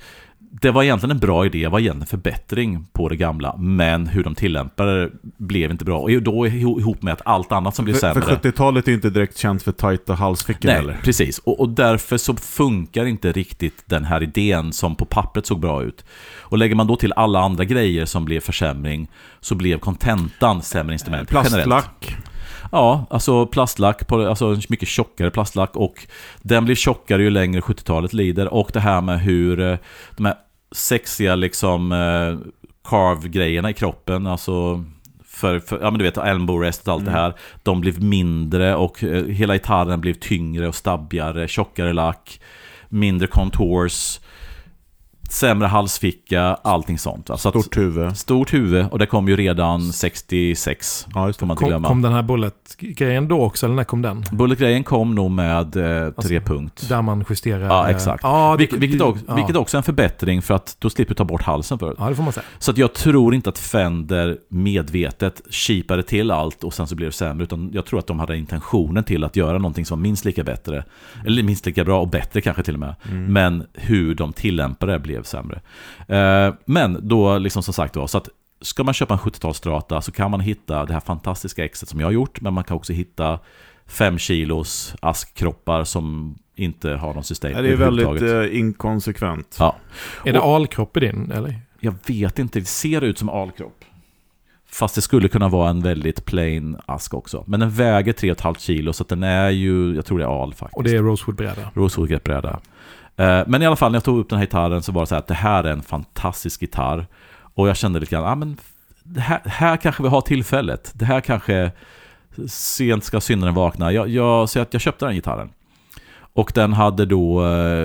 det var egentligen en bra idé, det var egentligen en förbättring på det gamla, men hur de tillämpade blev inte bra. Och då ihop med att allt annat som blev sämre. För 70-talet är inte direkt känt för tajta halsfickor. Nej, precis. Och därför så funkar inte riktigt den här idén som på pappret såg bra ut. Och lägger man då till alla andra grejer som blev försämring, så blev kontentan sämre instrument. Plastlack. Ja, alltså plastlack, alltså mycket tjockare plastlack, och den blir tjockare ju längre 70-talet lider. Och det här med hur de här sexiga liksom carve-grejerna i kroppen, alltså för ja men du vet, elbow rest och allt det här, de blev mindre, och hela gitarren blev tyngre och stabbigare, tjockare lack, mindre contours, sämre halsficka, allting sånt. Alltså stort huvud, och det kom ju redan 66. Ja, just det. Får man inte glömma. Kom den här bullet-grejen då också, eller när kom den? Bullet-grejen kom nog med 3 punkt. Där man justerar... Ja, exakt. Vilket också är en förbättring, för att då slipper du ta bort halsen för. Ja, det får man säga. Så att jag tror inte att Fender medvetet cheapade till allt och sen så blev det sämre, utan jag tror att de hade intentionen till att göra någonting som var minst lika bättre, eller minst lika bra och bättre kanske till och med. Men hur de tillämpade det blev sämre. Men då liksom som sagt var, så att ska man köpa en 70-tals Strata så kan man hitta det här fantastiska exet som jag har gjort, men man kan också hitta 5 kilos askkroppar som inte har någon system. Det är väldigt inkonsekvent. Ja. Är det alkropp i din, eller? Jag vet inte, det ser ut som alkropp. Fast det skulle kunna vara en väldigt plain ask också. Men den väger 3,5 kilo, så att den är ju, jag tror det är al faktiskt. Och det är Rosewood-bräda. Rosewood-bräda. Men i alla fall när jag tog upp den här gitarren så var det så här att det här är en fantastisk gitarr. Och jag kände lite grann, men det här kanske vi har tillfället. Det här kanske sent ska syndaren vakna. Så jag köpte den gitarren. Och den hade då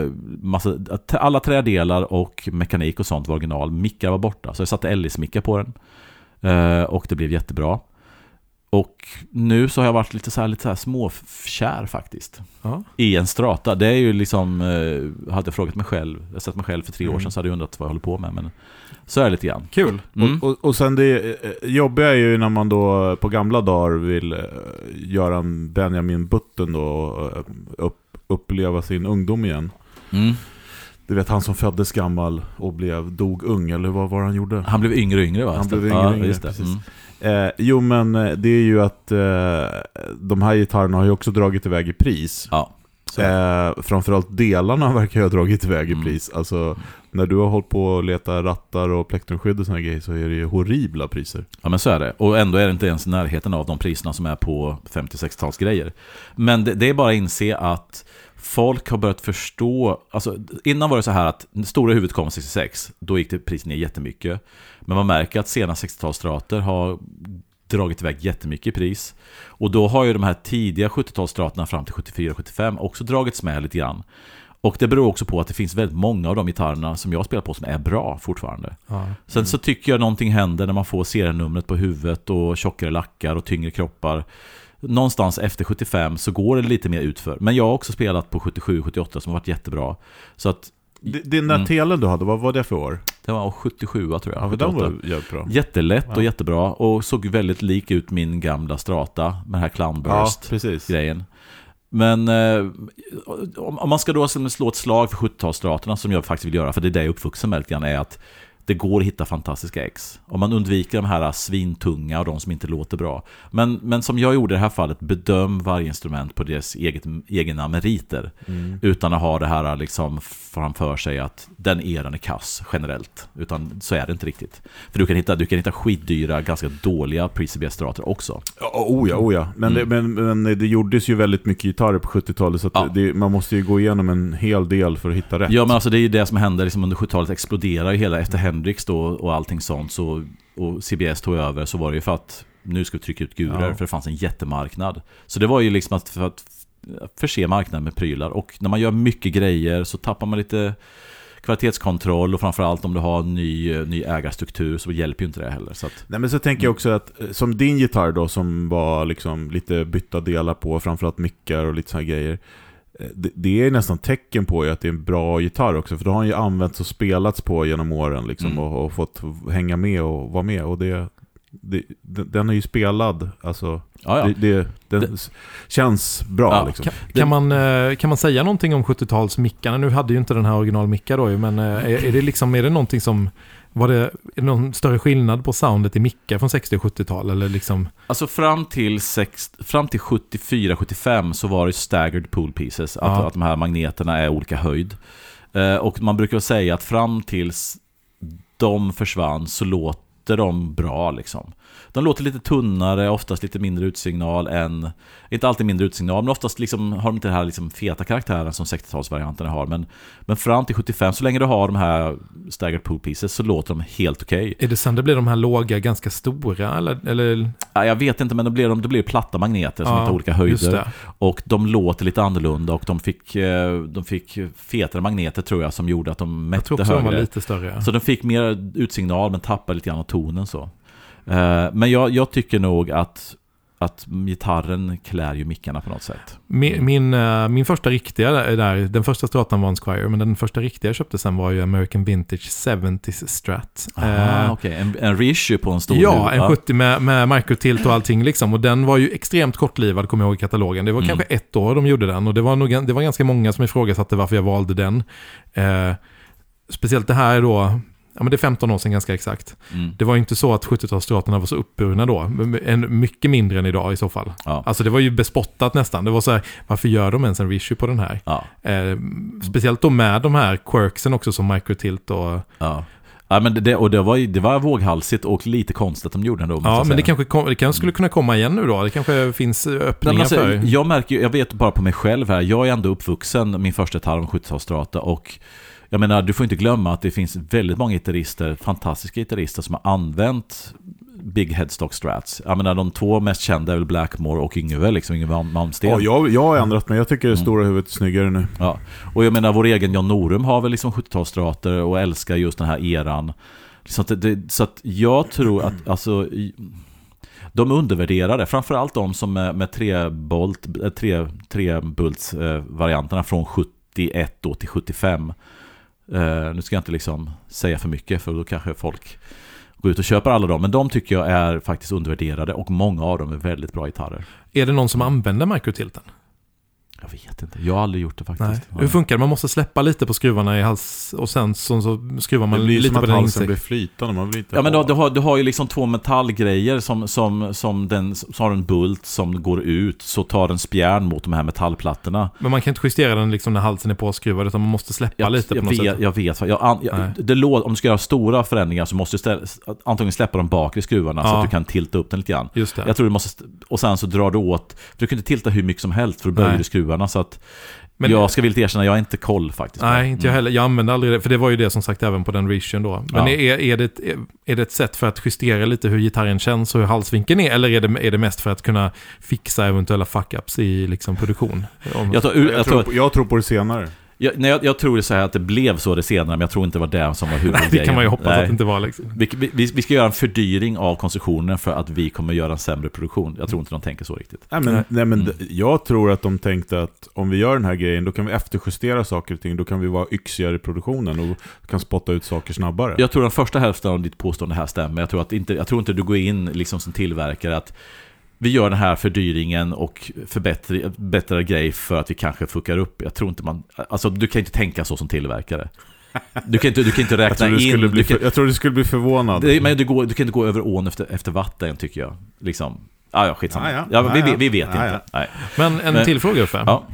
alla trädelar och mekanik och sånt var original. Mickar var borta, så jag satte Ellis-mickar på den. Och det blev jättebra. Och nu så har jag varit lite så här småkär faktiskt. I en Strata. Det är ju liksom, hade jag frågat mig själv, jag sett mig själv för 3 år sedan, så hade jag undrat vad jag håller på med, men så är det lite grann. Kul. Och sen det jobbiga är ju när man då på gamla dagar vill göra en Benjamin Button då, och uppleva sin ungdom igen. Du vet, han som föddes gammal och dog ung, eller vad var han gjorde? Han blev yngre och yngre, va? Han blev yngre, just det. Precis. Jo, men det är ju att de här gitarrerna har ju också dragit iväg i pris. Ja. Framförallt delarna verkar ju ha dragit iväg i pris. Alltså, när du har hållit på att leta rattar och plektrumskydd och såna grejer, så är det ju horribla priser. Ja, men så är det. Och ändå är det inte ens i närheten av de priserna som är på 50-60-tals grejer. Men det är bara att inse att folk har börjat förstå, alltså innan var det så här att stora huvudet kom 66, då gick det priset ner jättemycket. Men man märker att sena 60-talsstrater har dragit iväg jättemycket i pris. Och då har ju de här tidiga 70-talsstraterna fram till 74-75 också dragits med lite grann. Och det beror också på att det finns väldigt många av de gitarrerna som jag spelar på som är bra fortfarande. Sen så tycker jag någonting händer när man får serienumret på huvudet och tjockare lackar och tyngre kroppar. Någonstans efter 75 så går det lite mer utför. Men jag har också spelat på 77-78 som har varit jättebra. Så att den där telen du hade, vad var det för år? Det var 77, tror jag. Ja, för den var jättebra. Jättelätt och jättebra. Och såg väldigt lik ut min gamla Strata med den här Clownburst-grejen. Men om man ska då slå ett slag för 70-talsstraterna, som jag faktiskt vill göra, för det är det jag är uppvuxen med lite grann, är att det går att hitta fantastiska ex. Om man undviker de här svintunga och de som inte låter bra. Men som jag gjorde i det här fallet, bedöm varje instrument på deras egna meriter. Utan att ha det här liksom framför sig att den eran är kass generellt. Utan så är det inte riktigt. För du kan hitta skitdyra, ganska dåliga PCB-strater också. Ja. Men det gjordes ju väldigt mycket gitarrer på 70-talet, så att man måste ju gå igenom en hel del för att hitta rätt. Ja, men alltså det är ju det som händer liksom under 70-talet, exploderar ju hela efter Hendrix då och allting sånt, så, och CBS tog över, så var det ju för att nu ska vi trycka ut gurer, för det fanns en jättemarknad. Så det var ju liksom för att förse marknaden med prylar, och när man gör mycket grejer så tappar man lite kvalitetskontroll, och framförallt om du har ny ägarstruktur så hjälper ju inte det heller. Så att, nej, men så tänker jag också att som din gitarr då, som var liksom lite bytta delar på, framförallt mickar och lite såna grejer, det är nästan tecken på att det är en bra gitarr också, för då har han ju använts och spelats på genom åren liksom, och fått hänga med och vara med, och den är ju spelad, alltså Ja. den känns bra liksom. Kan man säga någonting om 70-talsmickarna? Nu hade ju inte den här originalmickar då, men är det någonting som är det någon större skillnad på soundet i mickar från 60- och 70-tal eller liksom? Alltså fram till 74-75 så var det staggered pool pieces, att de här magneterna är olika höjd. Och man brukar säga att fram tills de försvann så låter de bra liksom. De låter lite tunnare, oftast lite mindre utsignal än, inte alltid mindre utsignal, men oftast liksom har de inte det här liksom feta karaktären som 60-talsvarianterna har. Men fram till 75, så länge du har de här staggered pool pieces så låter de helt okej. Är det sen det blir de här låga ganska stora eller? Ja, jag vet inte, men det blir platta magneter som inte har olika höjder. Och de låter lite annorlunda och de fick fetare magneter tror jag som gjorde att de mätte högre. De var lite större. Ja. Så de fick mer utsignal men tappade lite grann av tonen så. Men jag tycker nog att gitarren klär ju mickarna på något sätt. Min första riktiga den första stratan var en Squier, men den första riktiga jag köpte sen var ju American Vintage 70s Strat. Okej. En reissue på en stor en 70 med microtilt och allting liksom, och den var ju extremt kortlivad, kommer jag ihåg i katalogen. Det var kanske 1 år de gjorde den, och det var ganska många som ifrågasatte varför jag valde den. Speciellt det här då. Ja, men det är 15 år sedan ganska exakt. Det var ju inte så att 70-talsstraterna var så uppburna då. Mycket mindre än idag i så fall. Ja. Alltså det var ju bespottat nästan. Det var så här, varför gör de ens en reissue på den här? Ja. Speciellt då med de här quirksen också som microtilt och... Ja. Ja, men det var våghalsigt och lite konstigt att de gjorde det då. Ja, men det kanske skulle kunna komma igen nu då. Det kanske finns öppningar för... Jag vet bara på mig själv här. Jag är ändå uppvuxen min första gitarr om 70-talsstrata, och jag menar, du får inte glömma att det finns väldigt många gitarrister, fantastiska gitarrister som har använt big headstock strats. Jag menar, de 2 mest kända är väl Blackmore och Yngve Malmsten. Ja, jag har ändrat mig. Jag tycker det stora huvudet är snyggare nu. Ja, och jag menar, vår egen Jan Norum har väl liksom 70-talsstrater och älskar just den här eran. Så att jag tror att alltså, de undervärderar det. Framförallt de som med trebults varianterna från 71 då till 75. Nu ska jag inte liksom säga för mycket, för då kanske folk går ut och köper alla dem, men de tycker jag är faktiskt undervärderade, och många av dem är väldigt bra gitarrer. Är det någon som använder microtilten? Jag vet inte, jag har aldrig gjort det faktiskt. Nej. Hur funkar det? Man måste släppa lite på skruvarna i hals, och sen så skruvar man lite på den. Det blir som att halsen blir flytande. Man vill inte men du har ju liksom 2 metallgrejer som har en bult som går ut, så tar en spjärn mot de här metallplattorna. Men man kan inte justera den liksom när halsen är påskruvad, utan man måste släppa lite på något sätt. Jag vet. Om du ska göra stora förändringar så måste du antagligen släppa de bakre skruvarna så att du kan tilta upp den lite grann. Just det. Jag tror du måste, och sen så drar du åt, för du kan inte tilta hur mycket som helst för att böja skruvarna. Så att men jag ska vilja erkänna, jag är inte koll faktiskt. Nej, inte jag heller. Jag använder aldrig det, för det var ju det som sagt även på den reissuen då. Men är det ett sätt för att justera lite hur gitarren känns och hur halsvinkeln är, eller är det mest för att kunna fixa eventuella fuck-ups i liksom produktion? Jag tror på det senare. Jag tror det så här att det blev så det senare, men jag tror inte det var det som var huvudgrejen. Det kan man ju hoppas att det inte var liksom. Vi ska göra en fördyring av konstruktionen för att vi kommer göra en sämre produktion. Jag tror inte de tänker så riktigt. Nej, men jag tror att de tänkte att om vi gör den här grejen, då kan vi efterjustera saker och ting. Då kan vi vara yxigare i produktionen och kan spotta ut saker snabbare. Jag tror den första hälften av ditt påstående här stämmer. Jag tror inte du går in liksom som tillverkare att vi gör den här fördyringen och förbättrar grej för att vi kanske fuckar upp. Jag tror inte alltså du kan inte tänka så som tillverkare. Du kan inte räkna in. Jag tror du skulle bli förvånad. Men du kan inte gå över ån efter vatten, tycker jag. Liksom. Skitsamma. Vi vet inte. Nej. Men en till fråga, Uffe. Ja.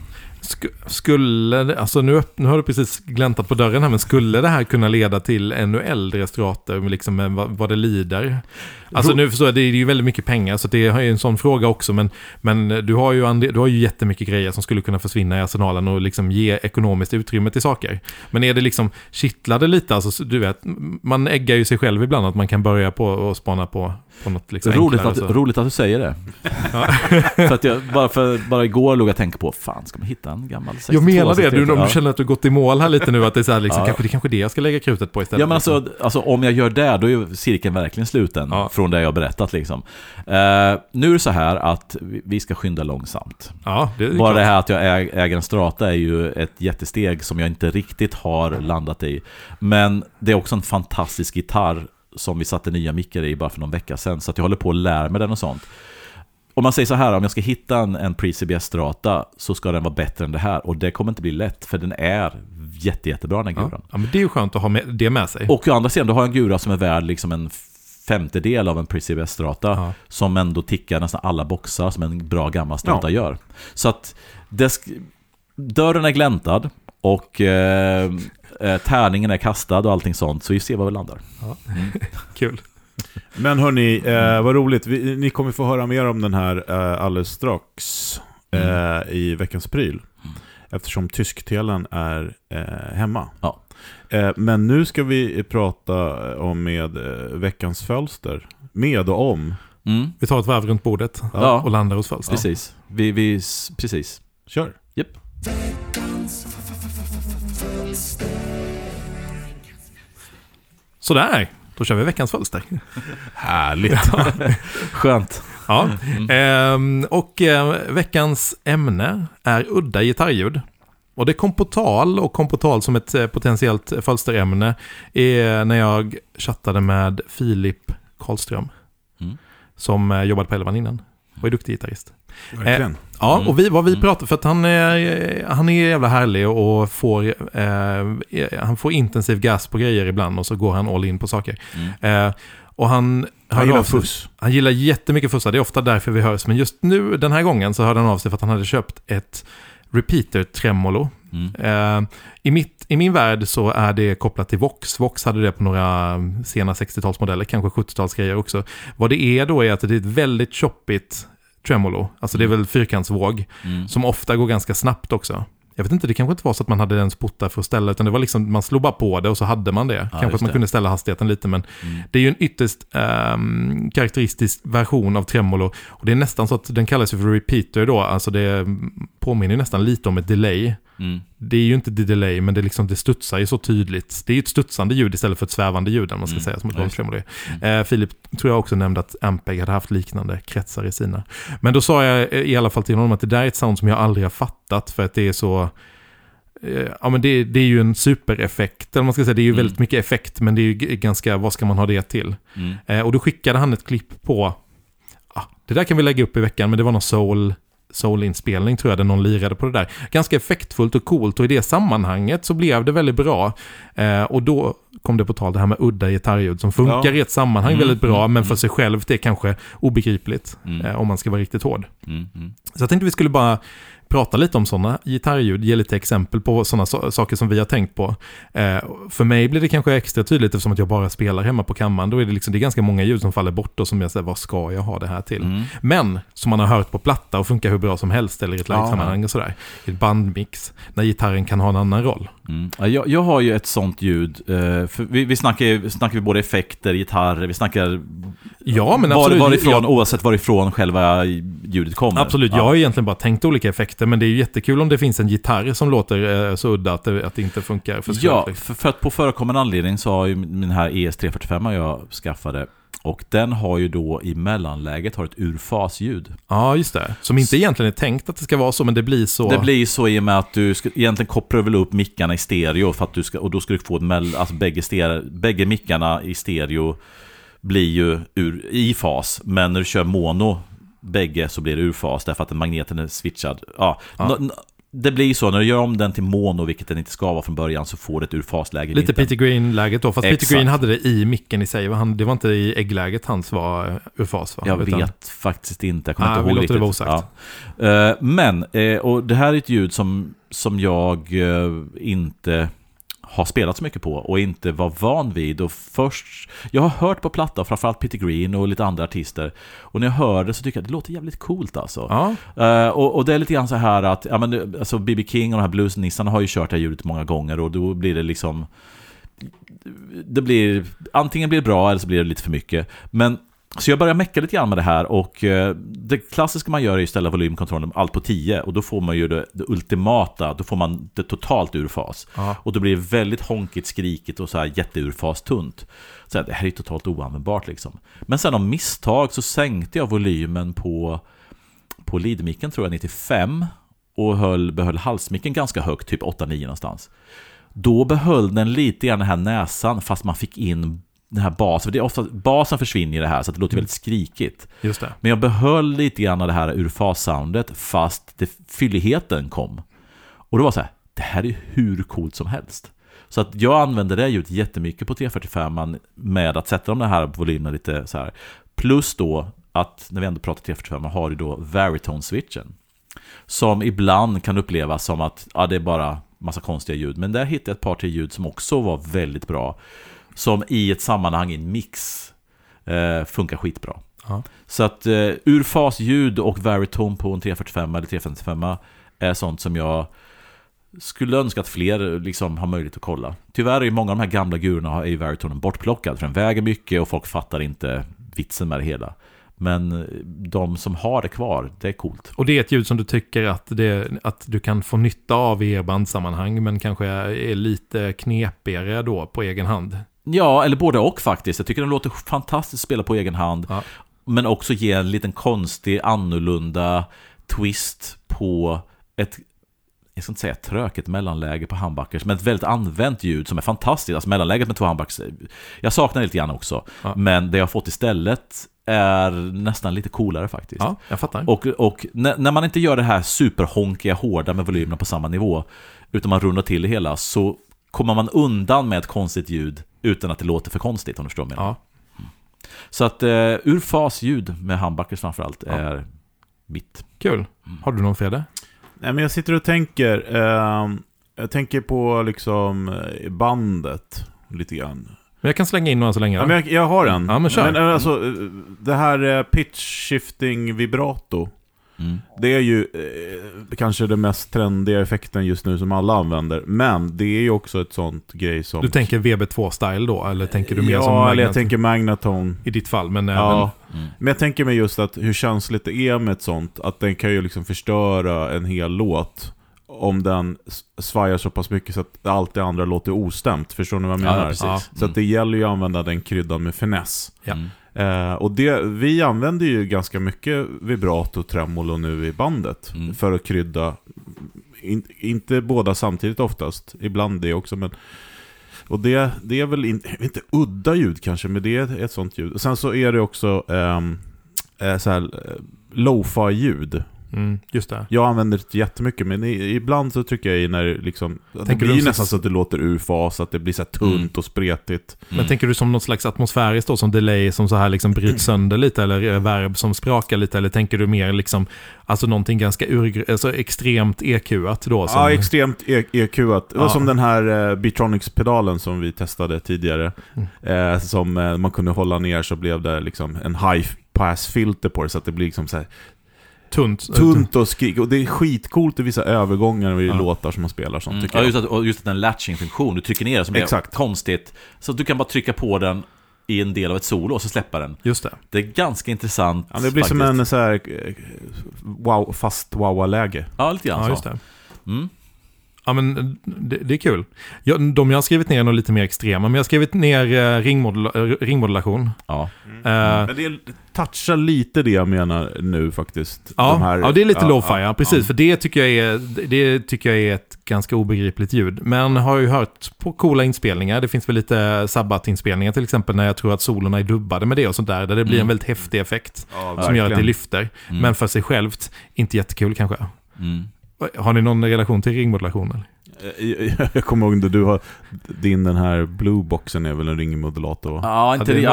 Skulle, alltså nu har du precis gläntat på dörren här, men skulle det här kunna leda till ännu äldre strater liksom med vad det lider? Alltså nu förstår jag, det är ju väldigt mycket pengar, så det är en sån fråga också, men du har ju jättemycket grejer som skulle kunna försvinna i arsenalen och liksom ge ekonomiskt utrymme till saker. Men är det liksom kittlade lite, alltså du vet, man äggar ju sig själv ibland att man kan börja på och spana på något liksom roligt att du säger det. För att jag bara igår låg jag tänka på, fan, ska man hitta en gammal 62? Jag menar det, om du känner att du gått i mål här lite nu, att det är så här, liksom, kanske det jag ska lägga krutet på istället. Ja, men alltså om jag gör det, då är ju cirkeln verkligen sluten från det jag berättat liksom. Nu är det så här att vi ska skynda långsamt. Ja, det är bara klart. Det här att jag äger en strata är ju ett jättesteg som jag inte riktigt har landat i. Men det är också en fantastisk gitarr som vi satte nya mickar i bara för någon vecka sedan. Så att jag håller på att lära mig den och sånt. Om man säger så här, om jag ska hitta en Pre-CBS Strata så ska den vara bättre än det här. Och det kommer inte bli lätt, för den är jättebra, den guran. Ja, men det är ju skönt att ha det med sig. Och å andra sidan, då har jag en gura som är värd liksom en femtedel av en Pre-CBS Strata, som ändå tickar nästan alla boxar som en bra gammal Strata gör. Så att dörren är gläntad och tärningen är kastad och allting sånt, så vi ser var vi landar. Ja. Kul. Men hörni, vad roligt. Ni kommer få höra mer om den här alldeles strax i veckans pryl. Eftersom tysktelen är hemma. Ja. Men nu ska vi prata om med veckans fölster. Med och om. Vi tar ett varv runt bordet och landar hos fölster. Precis. Precis. Kör. Japp. Sådär. Då kör vi veckans fölster. Härligt. Skönt. Ja. Och veckans ämne är udda gitarrljud. Och det kom på tal som ett potentiellt fölsterämne är när jag chattade med Filip Karlström som jobbade på Elvan innan och är duktig gitarrist. Verkligen. Ja, och vad vi pratar, för att han är jävla härlig och han får intensiv gas på grejer ibland och så går han all in på saker. Och han gillar fuss. Han gillar jättemycket fussa, det är ofta därför vi hörs. Men just nu, den här gången, så hörde han av sig för att han hade köpt ett repeater tremolo. I min värld så är det kopplat till Vox. Vox hade det på några sena 60-talsmodeller, kanske 70-talsgrejer också. Vad det är då är att det är ett väldigt choppigt tremolo. Alltså det är väl fyrkantsvåg som ofta går ganska snabbt också. Jag vet inte, det kanske inte var så att man hade en spottar för att ställa, utan det var liksom, man slog bara på det och så hade man det. Kanske att man kunde ställa hastigheten lite, men det är ju en ytterst karaktäristisk version av tremolo. Och det är nästan så att den kallas för repeater då, alltså det påminner nästan lite om ett delay. Det är ju inte delay, men det studsar ju så tydligt. Det är ju ett studsande ljud istället för ett svävande ljud, man ska säga, som ett vanligt tremolo. Filip tror jag också nämnde att Ampeg hade haft liknande kretsar i sina. Men då sa jag i alla fall till honom att det där är ett sound som jag aldrig har fattat, för att det är så... Ja, men det är ju en supereffekt, eller man ska säga, det är ju väldigt mycket effekt, men det är ju ganska, vad ska man ha det till? Och då skickade han ett klipp på, det där kan vi lägga upp i veckan, men det var någon soul-inspelning tror jag, där någon lirade på det där. Ganska effektfullt och coolt, och i det sammanhanget så blev det väldigt bra. Och då kom det på tal det här med udda gitarrljud som funkar i ett sammanhang väldigt bra, men för sig själv det är kanske obegripligt om man ska vara riktigt hård. Så jag tänkte vi skulle bara prata lite om sådana gitarrljud, ge lite exempel på sådana saker som vi har tänkt på. För mig blir det kanske extra tydligt eftersom att jag bara spelar hemma på kammaren. Då är det ganska många ljud som faller bort och som jag säger, vad ska jag ha det här till? Men som man har hört på platta och funkar hur bra som helst eller i ett live-sammanhang och sådär. I ett bandmix, när gitarren kan ha en annan roll. Jag har ju ett sånt ljud, för vi snackar både effekter, gitarrer, vi snackar men absolut, varifrån, oavsett varifrån själva ljudet kommer. Absolut, jag har egentligen bara tänkt olika effekter, men det är ju jättekul om det finns en gitarr som låter så udda att det inte funkar för sig. Ja, för att på förekommande anledning så har ju min här ES345 jag skaffade, och den har ju då i mellanläget har ett urfasljud. Ja, just det. Som inte egentligen är tänkt att det ska vara så, men det blir så. Det blir så i och med att du ska, egentligen kopplar väl upp mickarna i stereo för att och då ska du få alltså bägge mickarna i stereo blir ju i fas, men när du kör mono bägge så blir det urfas därför att magneten är switchad. Det blir så, när du gör om den till mono, vilket den inte ska vara från början, så får det ett urfasläge. Lite Peter Green-läget då, fast Exakt. Peter Green hade det i micken i sig. Det var inte i äggläget hans var urfas, va? Jag vet faktiskt inte, jag kommer inte ihåg riktigt. Det var osagt. Men, och det här är ett ljud som jag inte har spelat så mycket på och inte var van vid. Och först, jag har hört på platta, framförallt Peter Green och lite andra artister, och när jag hör det så tycker jag att det låter jävligt coolt alltså. Och det är lite grann så här att alltså B.B. King och de här bluesnissarna har ju kört det här ljudet många gånger, och då blir det liksom antingen blir det bra eller så blir det lite för mycket. Men så jag börjar mecka lite grann med det här, och det klassiska man gör är att ställa volymkontrollen allt på 10, och då får man ju det ultimata, då får man det totalt urfas. Och då blir det väldigt honkigt, skrikigt och så här jätteurfas tunt. Så det här är totalt oanvändbart liksom. Men sen av misstag så sänkte jag volymen på leadmicken, tror jag 95, och behöll halsmicken ganska högt, typ 8-9 någonstans. Då behöll den lite grann den här näsan, fast man fick in den här basen, för det är ofta basen försvinner i det här så att det låter väldigt skrikigt. Just det. Men jag behöll lite grann av det här urfas-soundet fast fylligheten kom. Och då var så här, det här är hur coolt som helst. Så att jag använder det ljudet jättemycket på 345 med att sätta de här volymerna lite så här. Plus då att när vi ändå pratar 345 har ju då Varitone-switchen. Som ibland kan upplevas som att det är bara massa konstiga ljud. Men där hittade jag ett par till ljud som också var väldigt bra. Som i ett sammanhang, i en mix, funkar skitbra. Ja. Så att urfasljud och Varitone på en 345 eller 355 är sånt som jag skulle önska att fler liksom har möjlighet att kolla. Tyvärr är ju många av de här gamla gurorna är Varitonen bortplockad för den väger mycket och folk fattar inte vitsen med det hela. Men de som har det kvar, det är coolt. Och det är ett ljud som du tycker att du kan få nytta av i bandsammanhang, men kanske är lite knepigare då på egen hand. Ja, eller både och faktiskt. Jag tycker den låter fantastiskt att spela på egen hand. Ja. Men också ge en liten konstig, annorlunda twist på ett, jag ska inte säga tröket mellanläge på humbuckers, men ett väldigt använt ljud som är fantastiskt. Alltså mellanläget med två humbuckers, jag saknar lite grann också. Ja. Men det jag har fått istället är nästan lite coolare faktiskt. Ja, jag fattar. Och när man inte gör det här superhonkiga, hårda med volymerna på samma nivå, utan man rundar till det hela, så kommer man undan med ett konstigt ljud utan att det låter för konstigt, om du förstår mig. Ja. Så att urfasljud med humbuckers framförallt är mitt. Kul. Har du någon Fede? Nej, men jag sitter och tänker jag tänker på liksom bandet lite grann. Men jag kan slänga in några så länge. Ja, men jag har en. Ja, men kör. Men alltså, det här pitch shifting vibrato. Det är ju kanske det mest trendiga effekten just nu som alla använder. Men det är ju också ett sånt grej som... Du tänker VB2-style då? Eller tänker du mer som Magnatone? Ja, eller jag tänker Magnatone. I ditt fall, men även... Ja. Men jag tänker mig just att hur känsligt det är med ett sånt. Att den kan ju liksom förstöra en hel låt om den svajar så pass mycket så att allt det andra låter ostämt. Förstår ni vad jag menar? Ja, så att det gäller ju att använda den kryddan med finess. Ja. Och vi använder ju ganska mycket vibrato och tremolo nu i bandet för att krydda. Inte båda samtidigt oftast, ibland det också, men och det är väl inte udda ljud kanske, men det är ett sånt ljud. Och sen så är det också så här lo-fi ljud. Just det. Jag använder det jättemycket, men ibland så tycker jag när liksom, det blir nästan så att det låter ur fas, att det blir så här tunt och spretigt. Men tänker du som något slags atmosfäriskt då, som delay som så här liksom bryts sönder lite, eller verb som sprakar lite, eller tänker du mer liksom, alltså någonting ganska alltså extremt EQ-at då? Som... Ja, extremt EQ-at. Det var som den här Beatronics-pedalen som vi testade tidigare, som man kunde hålla ner, så blev det liksom en high-pass-filter på det, så att det blir liksom så här tunt och skrik. Och det är skitcoolt i vissa övergångar vid låtar som man spelar sånt, tycker jag. Just den latching-funktion, du trycker ner det som är konstigt, så att du kan bara trycka på den i en del av ett solo och så släppa den. Just det. Det är ganska intressant. Ja, det blir faktiskt som en så här fast wow-läge. Ja, lite grann så. Just det. Ja, men det är kul. De jag har skrivit ner är nog lite mer extrema, men jag har skrivit ner ringmodulation. Ja. Men det touchar lite det jag menar nu faktiskt. Ja, det är lite lo-fi, precis. För det tycker jag är ett ganska obegripligt ljud. Men har ju hört på coola inspelningar. Det finns väl lite Sabbath-inspelningar till exempel, när jag tror att solorna är dubbade med det och sånt där det blir en väldigt häftig effekt som gör att det lyfter. Men för sig självt inte jättekul kanske. Har ni någon relation till ringmodulation? Jag kommer ihåg att du har den här Blueboxen är väl en ringmodulator. Ja, inte det. Du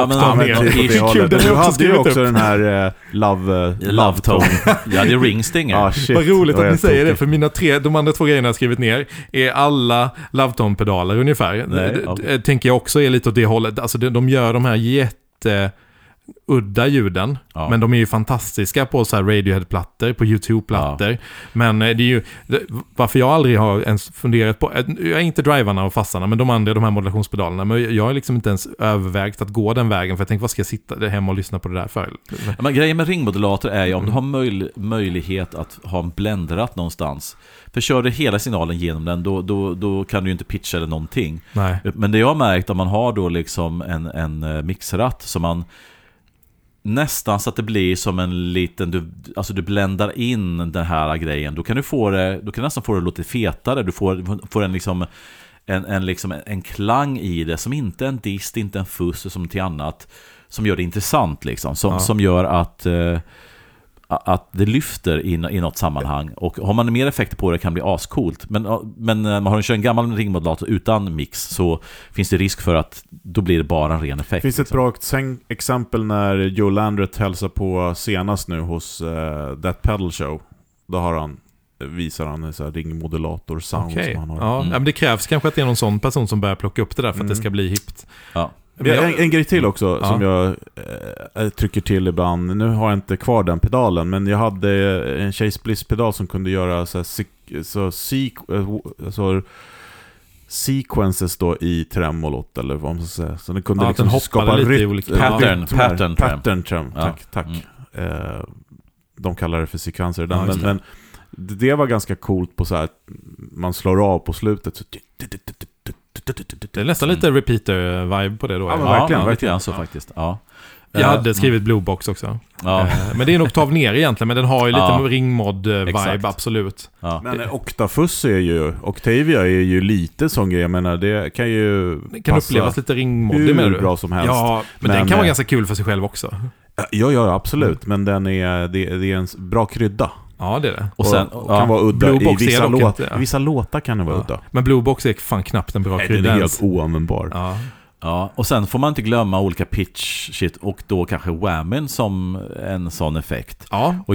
hade ju också den här Love Tone. Ja, det är Ringstinger. Vad roligt att ni säger det, för de andra två grejerna jag har skrivit ner är alla Love Tone-pedaler ungefär. Tänker jag också är lite åt det hållet. Alltså de gör de här udda ljuden, men de är ju fantastiska på så här Radiohead-plattor, på YouTube-plattor. Men det är ju varför jag aldrig har ens funderat på, jag är inte drivarna och fassarna, men de här modulationspedalerna, men jag har liksom inte ens övervägt att gå den vägen, för jag tänker, vad ska jag sitta hemma och lyssna på det där för? Men grejen med ringmodulator är ju, om du har möjlighet att ha en blendratt någonstans, för kör du hela signalen genom den, då kan du ju inte pitcha eller någonting. Nej. Men det jag har märkt, om man har då liksom en mixratt som man nästan så att det blir som en liten, du bländar in den här grejen, då kan du nästan få det lite fetare, du får en liksom liksom en klang i det som inte är en dist, inte en fuss som till annat, som gör det intressant liksom, som gör att det lyfter i något sammanhang, och har man mer effekter på det kan det bli ascoolt, men när man har en gammal ringmodulator utan mix så finns det risk för att då blir det bara en ren effekt. Finns det ett bra exempel när Joe Landret hälsar på senast nu hos That Pedal Show, då visar han en sån här ringmodulator sound som han har. Ja, men det krävs kanske att det är någon sån person som börjar plocka upp det där för att det ska bli hippt. Ja. En grej till också som jag trycker till ibland. Nu har jag inte kvar den pedalen, men jag hade en Chase Bliss-pedal som kunde göra så sequences då i tremolot, eller vad man ska säga. Så den kunde liksom skapa pattern trem. Tack. De kallar det för sekvenser. Men det var ganska coolt på så här, man slår av på slutet så det är nästan lite repeater-vibe på det då. Ja, verkligen så faktiskt. Ja. Jag hade skrivit Bluebox också. Ja. Men det är en oktav ner egentligen, men den har ju lite ringmod-vibe, absolut. Ja. Men Octafus Octavia är ju lite sån grej. Jag menar, det kan ju upplevas lite ringmod hur bra som helst. Ja, men den kan vara ganska kul för sig själv också. Ja, absolut. Men det är en bra krydda. Ja, det är det. Och sen kan vara udda i vissa låtar kan det vara udda. Men Bluebox är fan knappt en bra krydda. Den är helt oanvändbar. Ja, och sen får man inte glömma olika pitch shit, och då kanske whammin som en sån effekt. Ja. Och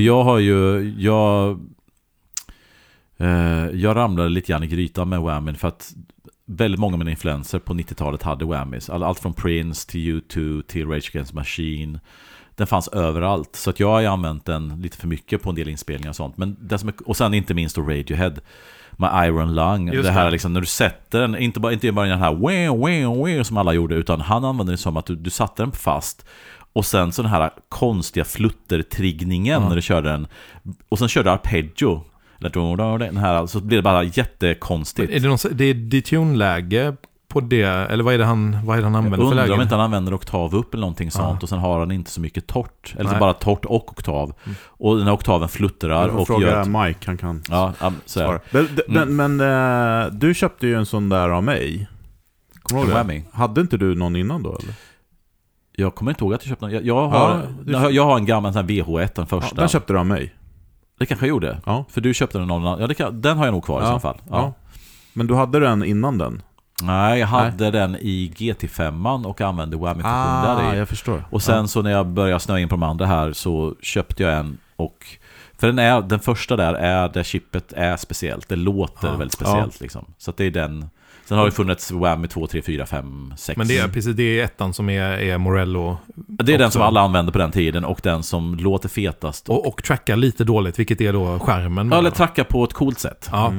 jag ramlade lite grann i grytan med whammin för att väldigt många av mina influenser på 90-talet hade whammis. Allt från Prince till U2 till Rage Against the Machine. Den fanns överallt, så att jag har använt den lite för mycket på en del inspelningar och sånt. Men och sen inte minst då Radiohead med Iron Lung. Det här liksom, när du sätter den, inte bara den här wah, som alla gjorde, utan han använde det som att du satte den fast. Och sen så den här konstiga fluttertriggningen när du körde den. Och sen körde arpeggio. Den här, så blir det bara jättekonstigt. Det är detune-läge på det, eller vad är det han använder för läge? Undrar om inte han använder oktav upp eller någonting sånt, och sen har han inte så mycket torrt, eller så bara torrt och oktav. Och den här oktaven fluttrar och fråga Mike, han kan svara. Men du köpte ju en sån där av mig. Kommer du ihåg det? Hade inte du någon innan då, eller? Jag kommer inte ihåg att jag köpte någon. Jag har en gammal sån här VH1, den första. Den köpte du av mig. Det kanske jag gjorde. Ja. För du köpte den någon annan. Den har jag nog kvar i så fall. Ja. Men du hade den innan den? Nej, jag hade den i GT5 och använde whammy-funktion där i. Jag förstår. Och sen så när jag började snöa in på de andra här så köpte jag en, och för den första där chippet är speciellt. Det låter väldigt speciellt liksom. Så att det är den. Sen har det funnits whammy 2, 3, 4, 5, 6. Men det är ettan som är Morello. Det är också den som alla använde på den tiden, och den som låter fetast. Och trackar lite dåligt, vilket är då skärmen. Ja, eller trackar på ett coolt sätt. Ja.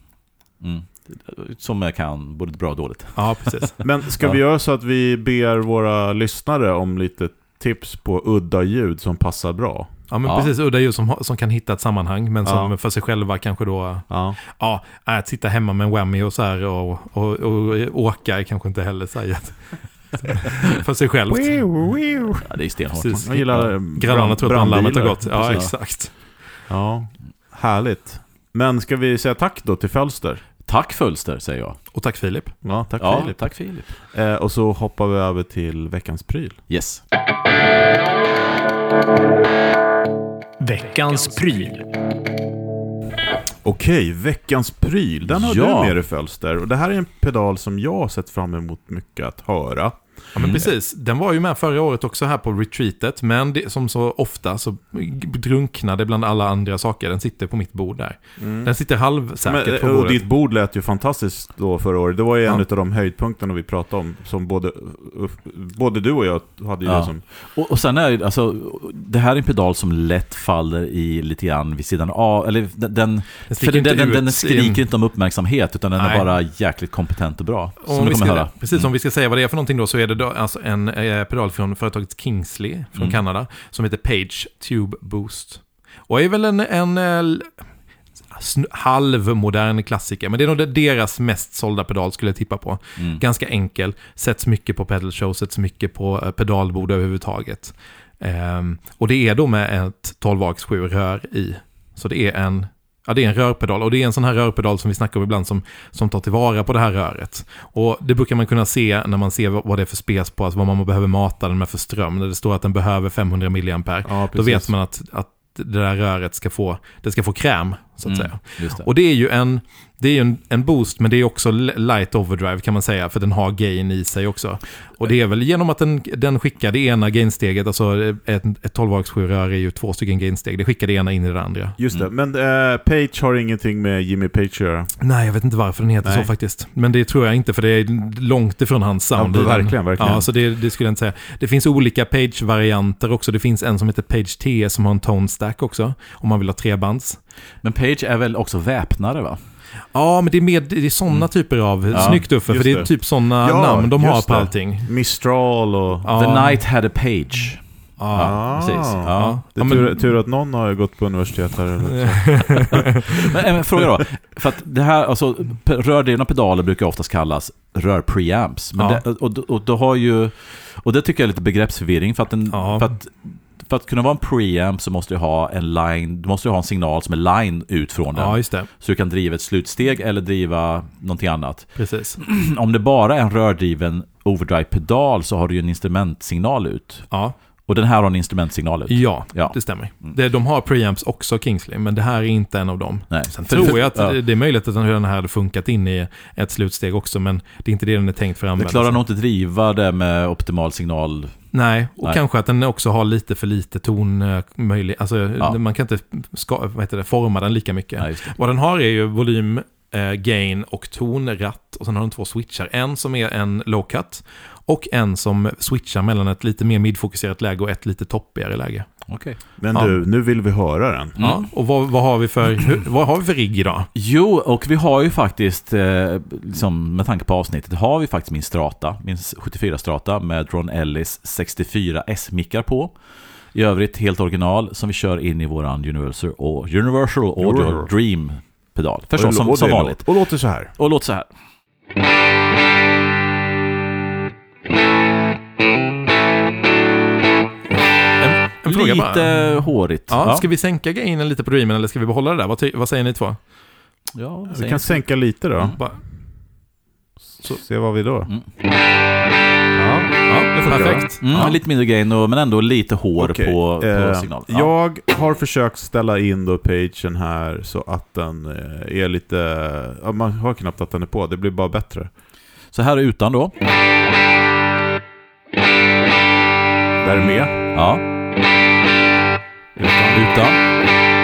Som kan både bra och dåligt. Ja, precis. Men ska vi göra så att vi ber våra lyssnare om lite tips på udda ljud som passar bra? Ja, men precis, udda ljud som kan hitta ett sammanhang, men som för sig själva kanske då att sitta hemma med en whammy och så här och åka är kanske inte heller så för sig själv. Ja, det är stenhårt. Jag gillar grannarna tror att brandlarmet har gått. Ja, exakt. Ja, härligt. Men ska vi säga tack då till Fölster? Tack Fölster, säger jag. Och tack Filip. Ja, tack Filip. Tack Filip. Och så hoppar vi över till veckans pryl. Yes. Veckans pryl. Okej, veckans pryl. Den har du med dig, Fölster. Och det här är en pedal som jag har sett fram emot mycket att höra. Ja, men precis. Den var ju med förra året också här på retreatet, men som så ofta så drunknade bland alla andra saker. Den sitter på mitt bord där. Den sitter halvsäkert på bordet. Och ditt bord lät ju fantastiskt då förra året. Det var ju en av de höjdpunkterna vi pratade om, som både du och jag hade ju det som. Och sen är det, alltså, det här är en pedal som lätt faller i lite grann vid sidan av, eller den skriker inte om uppmärksamhet, utan den är bara jäkligt kompetent och bra. Som du kommer höra. Precis, om vi ska säga vad det är för någonting då, så är det då alltså en pedal från företaget Kingsley från Kanada som heter Page Tube Boost. Och är väl en halvmodern klassiker, men det är nog deras mest sålda pedal skulle jag tippa på. Ganska enkel, sätts mycket på pedal show, sätts mycket på pedalbord överhuvudtaget. Och det är då med ett 12-aks 7 rör i. Så det är en Ja, det är en rörpedal och det är en sån här rörpedal som vi snackar om ibland som tar tillvara på det här röret. Och det brukar man kunna se när man ser vad det är för spes på, alltså vad man behöver mata den med för ström. När det står att den behöver 500 mA, då vet man att det där röret ska få kräm, så att säga. Och det är ju en boost, men det är också light overdrive kan man säga, för den har gain i sig också. Och det är väl genom att den skickar det ena gainsteget, alltså ett 12-axsjurör är ju 2 stycken gainsteg, det skickar det ena in i det andra. Just det, men Page har ingenting med Jimmy Page att göra? Nej, jag vet inte varför den heter så faktiskt. Men det tror jag inte, för det är långt ifrån hans sound. Ja, verkligen. Ja, så det skulle jag inte säga. Det finns olika Page-varianter också. Det finns en som heter Page TS som har en tone stack också, om man vill ha 3-bands. Men Page är väl också väpnare, va? Ja, men det är sådana typer av snyggt Uffe, för det är typ sådana namn de har på allting. Mistral och... The Knight had a Page. Precis. Det är tur att någon har gått på universitet här. Men en fråga då. För att det här, alltså, rördrivna pedaler brukar oftast kallas rör-preamps. Men och då har ju... Och det tycker jag är lite begreppsförvirring. För att kunna vara en preamp så måste du ha en line, du måste ha en signal som är line ut från den. Ja, just det. Så du kan driva ett slutsteg eller driva någonting annat. Precis. Om det bara är en rördriven overdrive-pedal så har du ju en instrumentsignal ut. Ja. Och den här har en instrumentsignal ut. Ja, det stämmer. De har preamps också, Kingsley, men det här är inte en av dem. Nej. Sen tror jag att det är möjligt att den här hade funkat in i ett slutsteg också, men det är inte det den är tänkt för att använda. Den klarar nog inte driva det med optimal signal. Nej, och kanske att den också har lite för lite ton möjlig. Alltså man kan inte forma den lika mycket. Ja, vad den har är ju volym, gain och tonratt, och sen har den 2 switchar. En som är en low cut och en som switchar mellan ett lite mer midfokuserat läge och ett lite toppigare läge. Okay. Men du, nu vill vi höra den. Ja, och vad har vi för rigg idag? Jo, och vi har ju faktiskt liksom, med tanke på avsnittet har vi faktiskt min 74 Strata med Ron Ellis 64 S-mickar på. I övrigt helt original som vi kör in i våran Universal Audio Dream pedal. Förstås som vanligt. Och låter så här. En fråga lite bara. hårigt. Ja. Ska vi sänka gainen lite på Dreamen eller ska vi behålla det där? Vad säger ni två? Ja, vi kan sänka lite då. Så se vad vi då. Det får perfekt. Lite mindre gain men ändå lite hår på signal. Jag har försökt ställa in då Pagen här så att den är lite... man hör knappt att den är på. Det blir bara bättre. Så här är utan då. Där är med. Ja. Utan.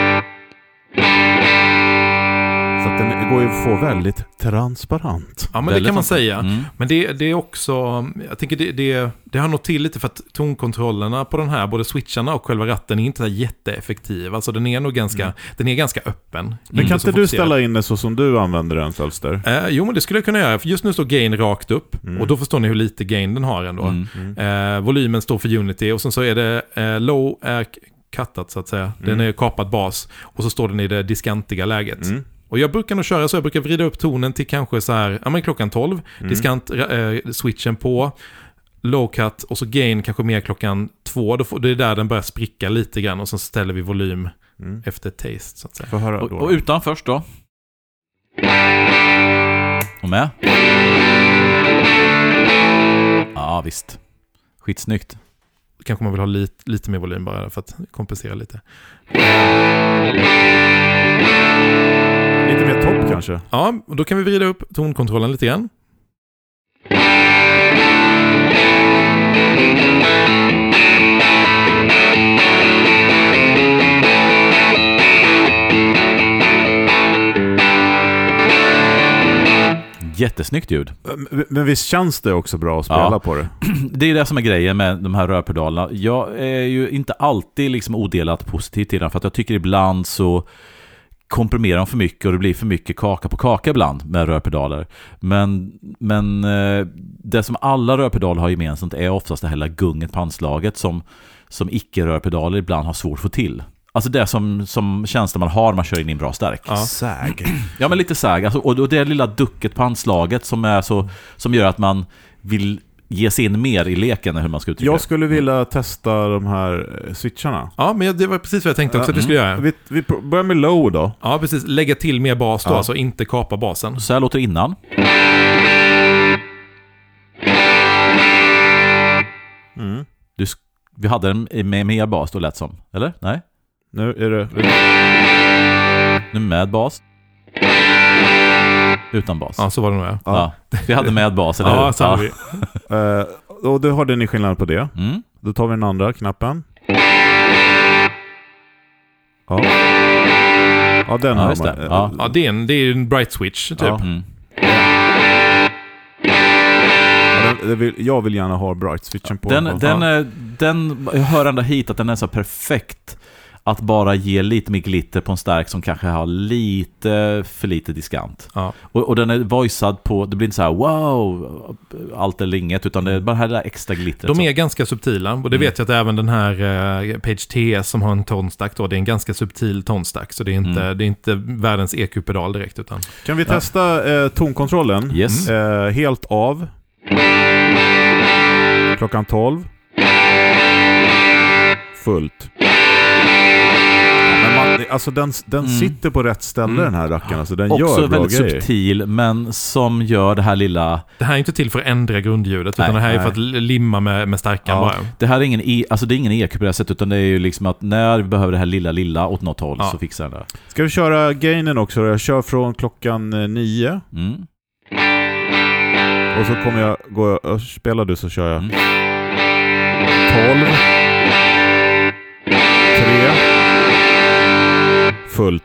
Så att den går ju att få väldigt transparent. Ja, men det kan man säga. Men det är också... Jag tänker det har nog till lite för att tonkontrollerna på den här, både switcharna och själva ratten, är inte så jätteeffektiv. Alltså den är nog ganska öppen. Men kan inte du ställa in det så som du använder den, Sölster? Jo, men det skulle jag kunna göra. För just nu står gain rakt upp. Och då förstår ni hur lite gain den har ändå. Volymen står för Unity. Och sen så är det low är cuttat så att säga. Den är kapad bas. Och så står den i det diskantiga läget. Och jag brukar nog köra så, jag brukar vrida upp tonen till kanske så här, klockan 12, diskant switchen på, low cut och så gain kanske mer klockan 2, det är där den börjar spricka lite grann och så ställer vi volym efter taste så att säga. Får höra då. Och utan först då. Och med. Ja, visst. Skitsnyggt. Kanske man vill ha lite mer volym bara för att kompensera lite. Lite mer topp kanske? Ja, och då kan vi vrida upp tonkontrollen lite grann. Jättesnyggt ljud. Men visst känns det också bra att spela på det? Det är det som är grejen med de här rörpedalerna. Jag är ju inte alltid liksom odelat positiv till den, för att jag tycker ibland så komprimerar de för mycket och det blir för mycket kaka på kaka ibland med rörpedaler. Men det som alla rörpedaler har gemensamt är oftast det här gunget på anslaget som icke-rörpedaler ibland har svårt att få till. Alltså det som känslan man har när man kör in i en bra stärk. Ja. Säg. Ja, men lite säg. Alltså, och det lilla ducket på anslaget som gör att man vill ge sig in mer i leken hur man ska uttrycka. Jag skulle vilja testa de här switcharna. Ja, men det var precis vad jag tänkte också att du skulle göra. Vi börjar med low då. Ja, precis. Lägga till mer bas då, alltså inte kapa basen. Så här låter det innan. Vi hade den med mer bas då, lät som. Eller? Nej? Nu är det... Nu med bas. Utan bas. Ja, så var det nog. Ja. Vi hade med bas, eller hur? Ja, så hade vi. Och då har ni skillnad på det. Då tar vi den andra knappen. Ja. Ja, den har man. Ja, det är en bright switch, typ. Ja. Jag vill gärna ha bright switchen på. Jag hör ända hit att den är så perfekt att bara ge lite mer glitter på en stark som kanske har lite för lite diskant. Ja. Och den är voicead på, det blir inte så här wow, allt eller inget, utan det är bara det här extra glittret. De är ganska subtila, och det vet jag att även den här Page TS som har en tonstack då, det är en ganska subtil tonstack, så det är inte världens EQ-pedal direkt. Utan. Kan vi testa tonkontrollen? Yes. Helt av. Klockan 12. Fullt. Alltså den sitter på rätt ställe, den här rackaren. Alltså den också gör bra väldigt grejer. subtil, men som gör det här lilla... Det här är inte till för att ändra grundljudet, utan det här är för att limma med starkan bara. Det här är ingen det är ingen EQ på det sättet, utan det är ju liksom att när vi behöver det här lilla åt något håll så fixar den det. Ska vi köra gainen också? Jag kör från klockan 9. Och så kommer jag gå och spela du, så kör jag 12 3 fullt.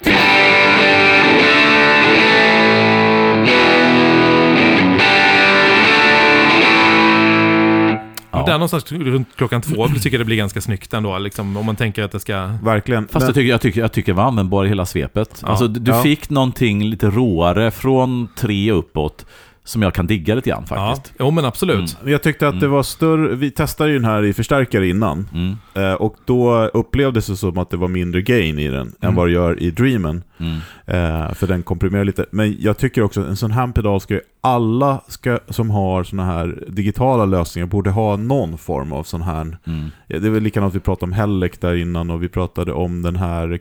Ja. Där någonstans runt klockan 2 tycker jag det blir ganska snyggt ändå, liksom, om man tänker att det ska... Verkligen. Fast jag tycker det var användbar i hela svepet. Ja. Alltså du fick någonting lite råare från 3 uppåt som jag kan digga lite grann faktiskt. Ja, men absolut. Jag tyckte att det var större... Vi testade ju den här i förstärkare innan. Och då upplevdes det som att det var mindre gain i den än vad det gör i Dreamen. För den komprimerar lite. Men jag tycker också att en sån här pedal alla som har såna här digitala lösningar borde ha någon form av sån här. Det är väl likadant, vi pratade om Hellec där innan, och vi pratade om den här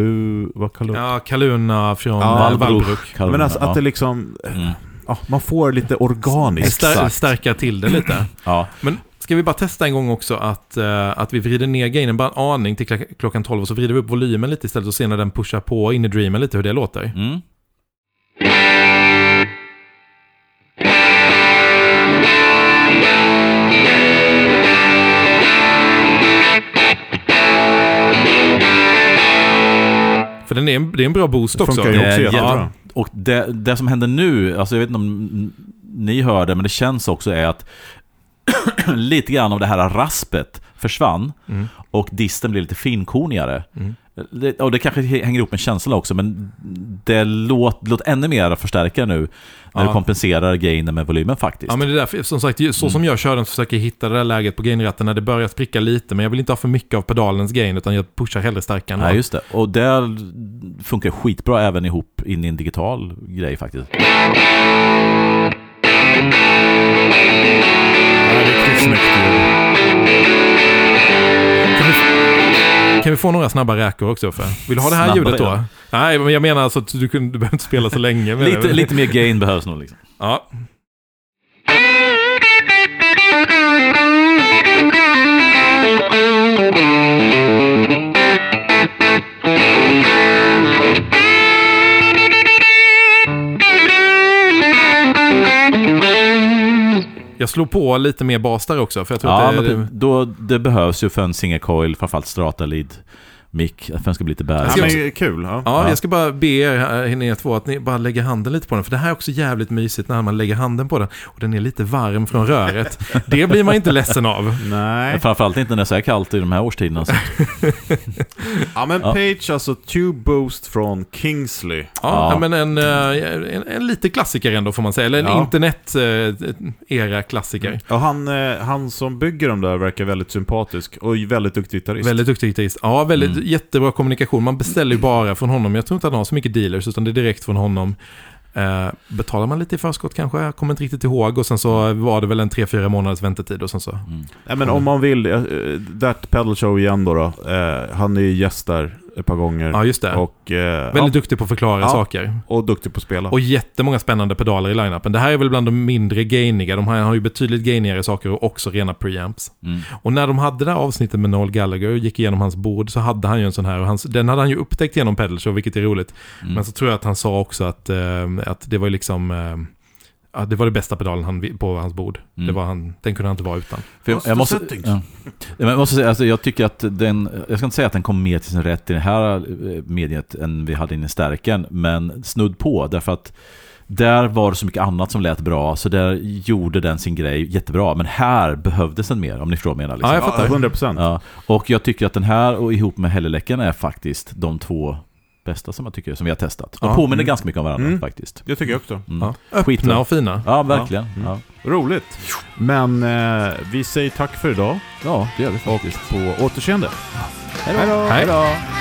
Kaluna från Valbruk. Men alltså att det liksom... man får lite organiskt stärka till det lite. Men ska vi bara testa en gång också att vi vrider ner gainen bara en aning till klockan 12, och så vrider vi upp volymen lite istället och ser när den pushar på in i Dreamen lite hur det låter. För det är en bra boost också. Funkar ju också jättebra. Och det som händer nu, alltså jag vet inte om ni hör det, men det känns också är att lite grann av det här raspet försvann och disten blir lite finkornigare. Och det kanske hänger ihop med känslan också, men det låter ännu mer förstärka nu när du kompenserar gainen med volymen faktiskt. Ja, men det är därför, som sagt, så som jag kör den, så försöker jag hitta det där läget på gainratten när det börjar spricka lite, men jag vill inte ha för mycket av pedalens gain, utan jag pushar hellre starkare. Nej, just det. Och det funkar skitbra även ihop in i en digital grej faktiskt. Ja, riktigt snyggt. Kan vi få några snabba räkor också? Vill du ha det här ljudet då? Ja. Nej, men jag menar alltså att du behöver inte spela så länge. lite mer gain behövs nog liksom. Ja. Jag slår på lite mer bas där också, för jag tror att det behövs ju för en single coil, framförallt strata lead mic, för den ska bli lite bärig. Ja, men kul. Ja, jag ska bara be er två att ni bara lägger handen lite på den, för det här är också jävligt mysigt när man lägger handen på den och den är lite varm från röret. Det blir man inte ledsen av. Nej. Framförallt inte när det är så här kallt i de här årstiderna. Ja, men Page, alltså Tube Boost från Kingsley. Ja, men en lite klassiker ändå får man säga, eller en internet-era klassiker. Ja, han som bygger dem där verkar väldigt sympatisk och väldigt duktig gitarrist. Väldigt duktig gitarrist. Ja, jättebra kommunikation. Man beställer ju bara från honom. Jag tror inte att han har så mycket dealers, utan det är direkt från honom. Betalar man lite i förskott kanske? Jag kommer inte riktigt ihåg. Och sen så var det väl en 3-4 månaders väntetid och sen så. Nej, men om man vill, That Pedal Show igen då. Han är ju gäst där ett par gånger. Ja, just det. Och, väldigt duktig på att förklara saker. Och duktig på att spela. Och jättemånga spännande pedaler i line-upen. Det här är väl bland de mindre gainiga. De har ju betydligt gainigare saker och också rena preamps. Och när de hade det här avsnittet med Noel Gallagher och gick igenom hans bord så hade han ju en sån här. Och den hade han ju upptäckt genom Pedal Show, vilket är roligt. Men så tror jag att han sa också att det var ju liksom... det var det bästa pedalen på hans bord. Det var den kunde han inte vara utan. För jag måste säga, alltså, jag tycker att jag ska inte säga att den kom mer till sin rätt i det här mediet än vi hade in i stärken, men snudd på, därför att där var det så mycket annat som lät bra, så där gjorde den sin grej jättebra, men här behövdes den mer, om ni förstår menar. Liksom. Ja, jag fattar. 100%. Ja, och jag tycker att den här och ihop med Helleläcken är faktiskt de två bästa som jag tycker som vi har testat. De påminner ganska mycket om varandra faktiskt. Det tycker jag också. Öppna och fina. Ja, verkligen. Ja. Roligt. Men vi säger tack för idag. Ja, det gör vi faktiskt. Och på återseende. Hej då. Hej då.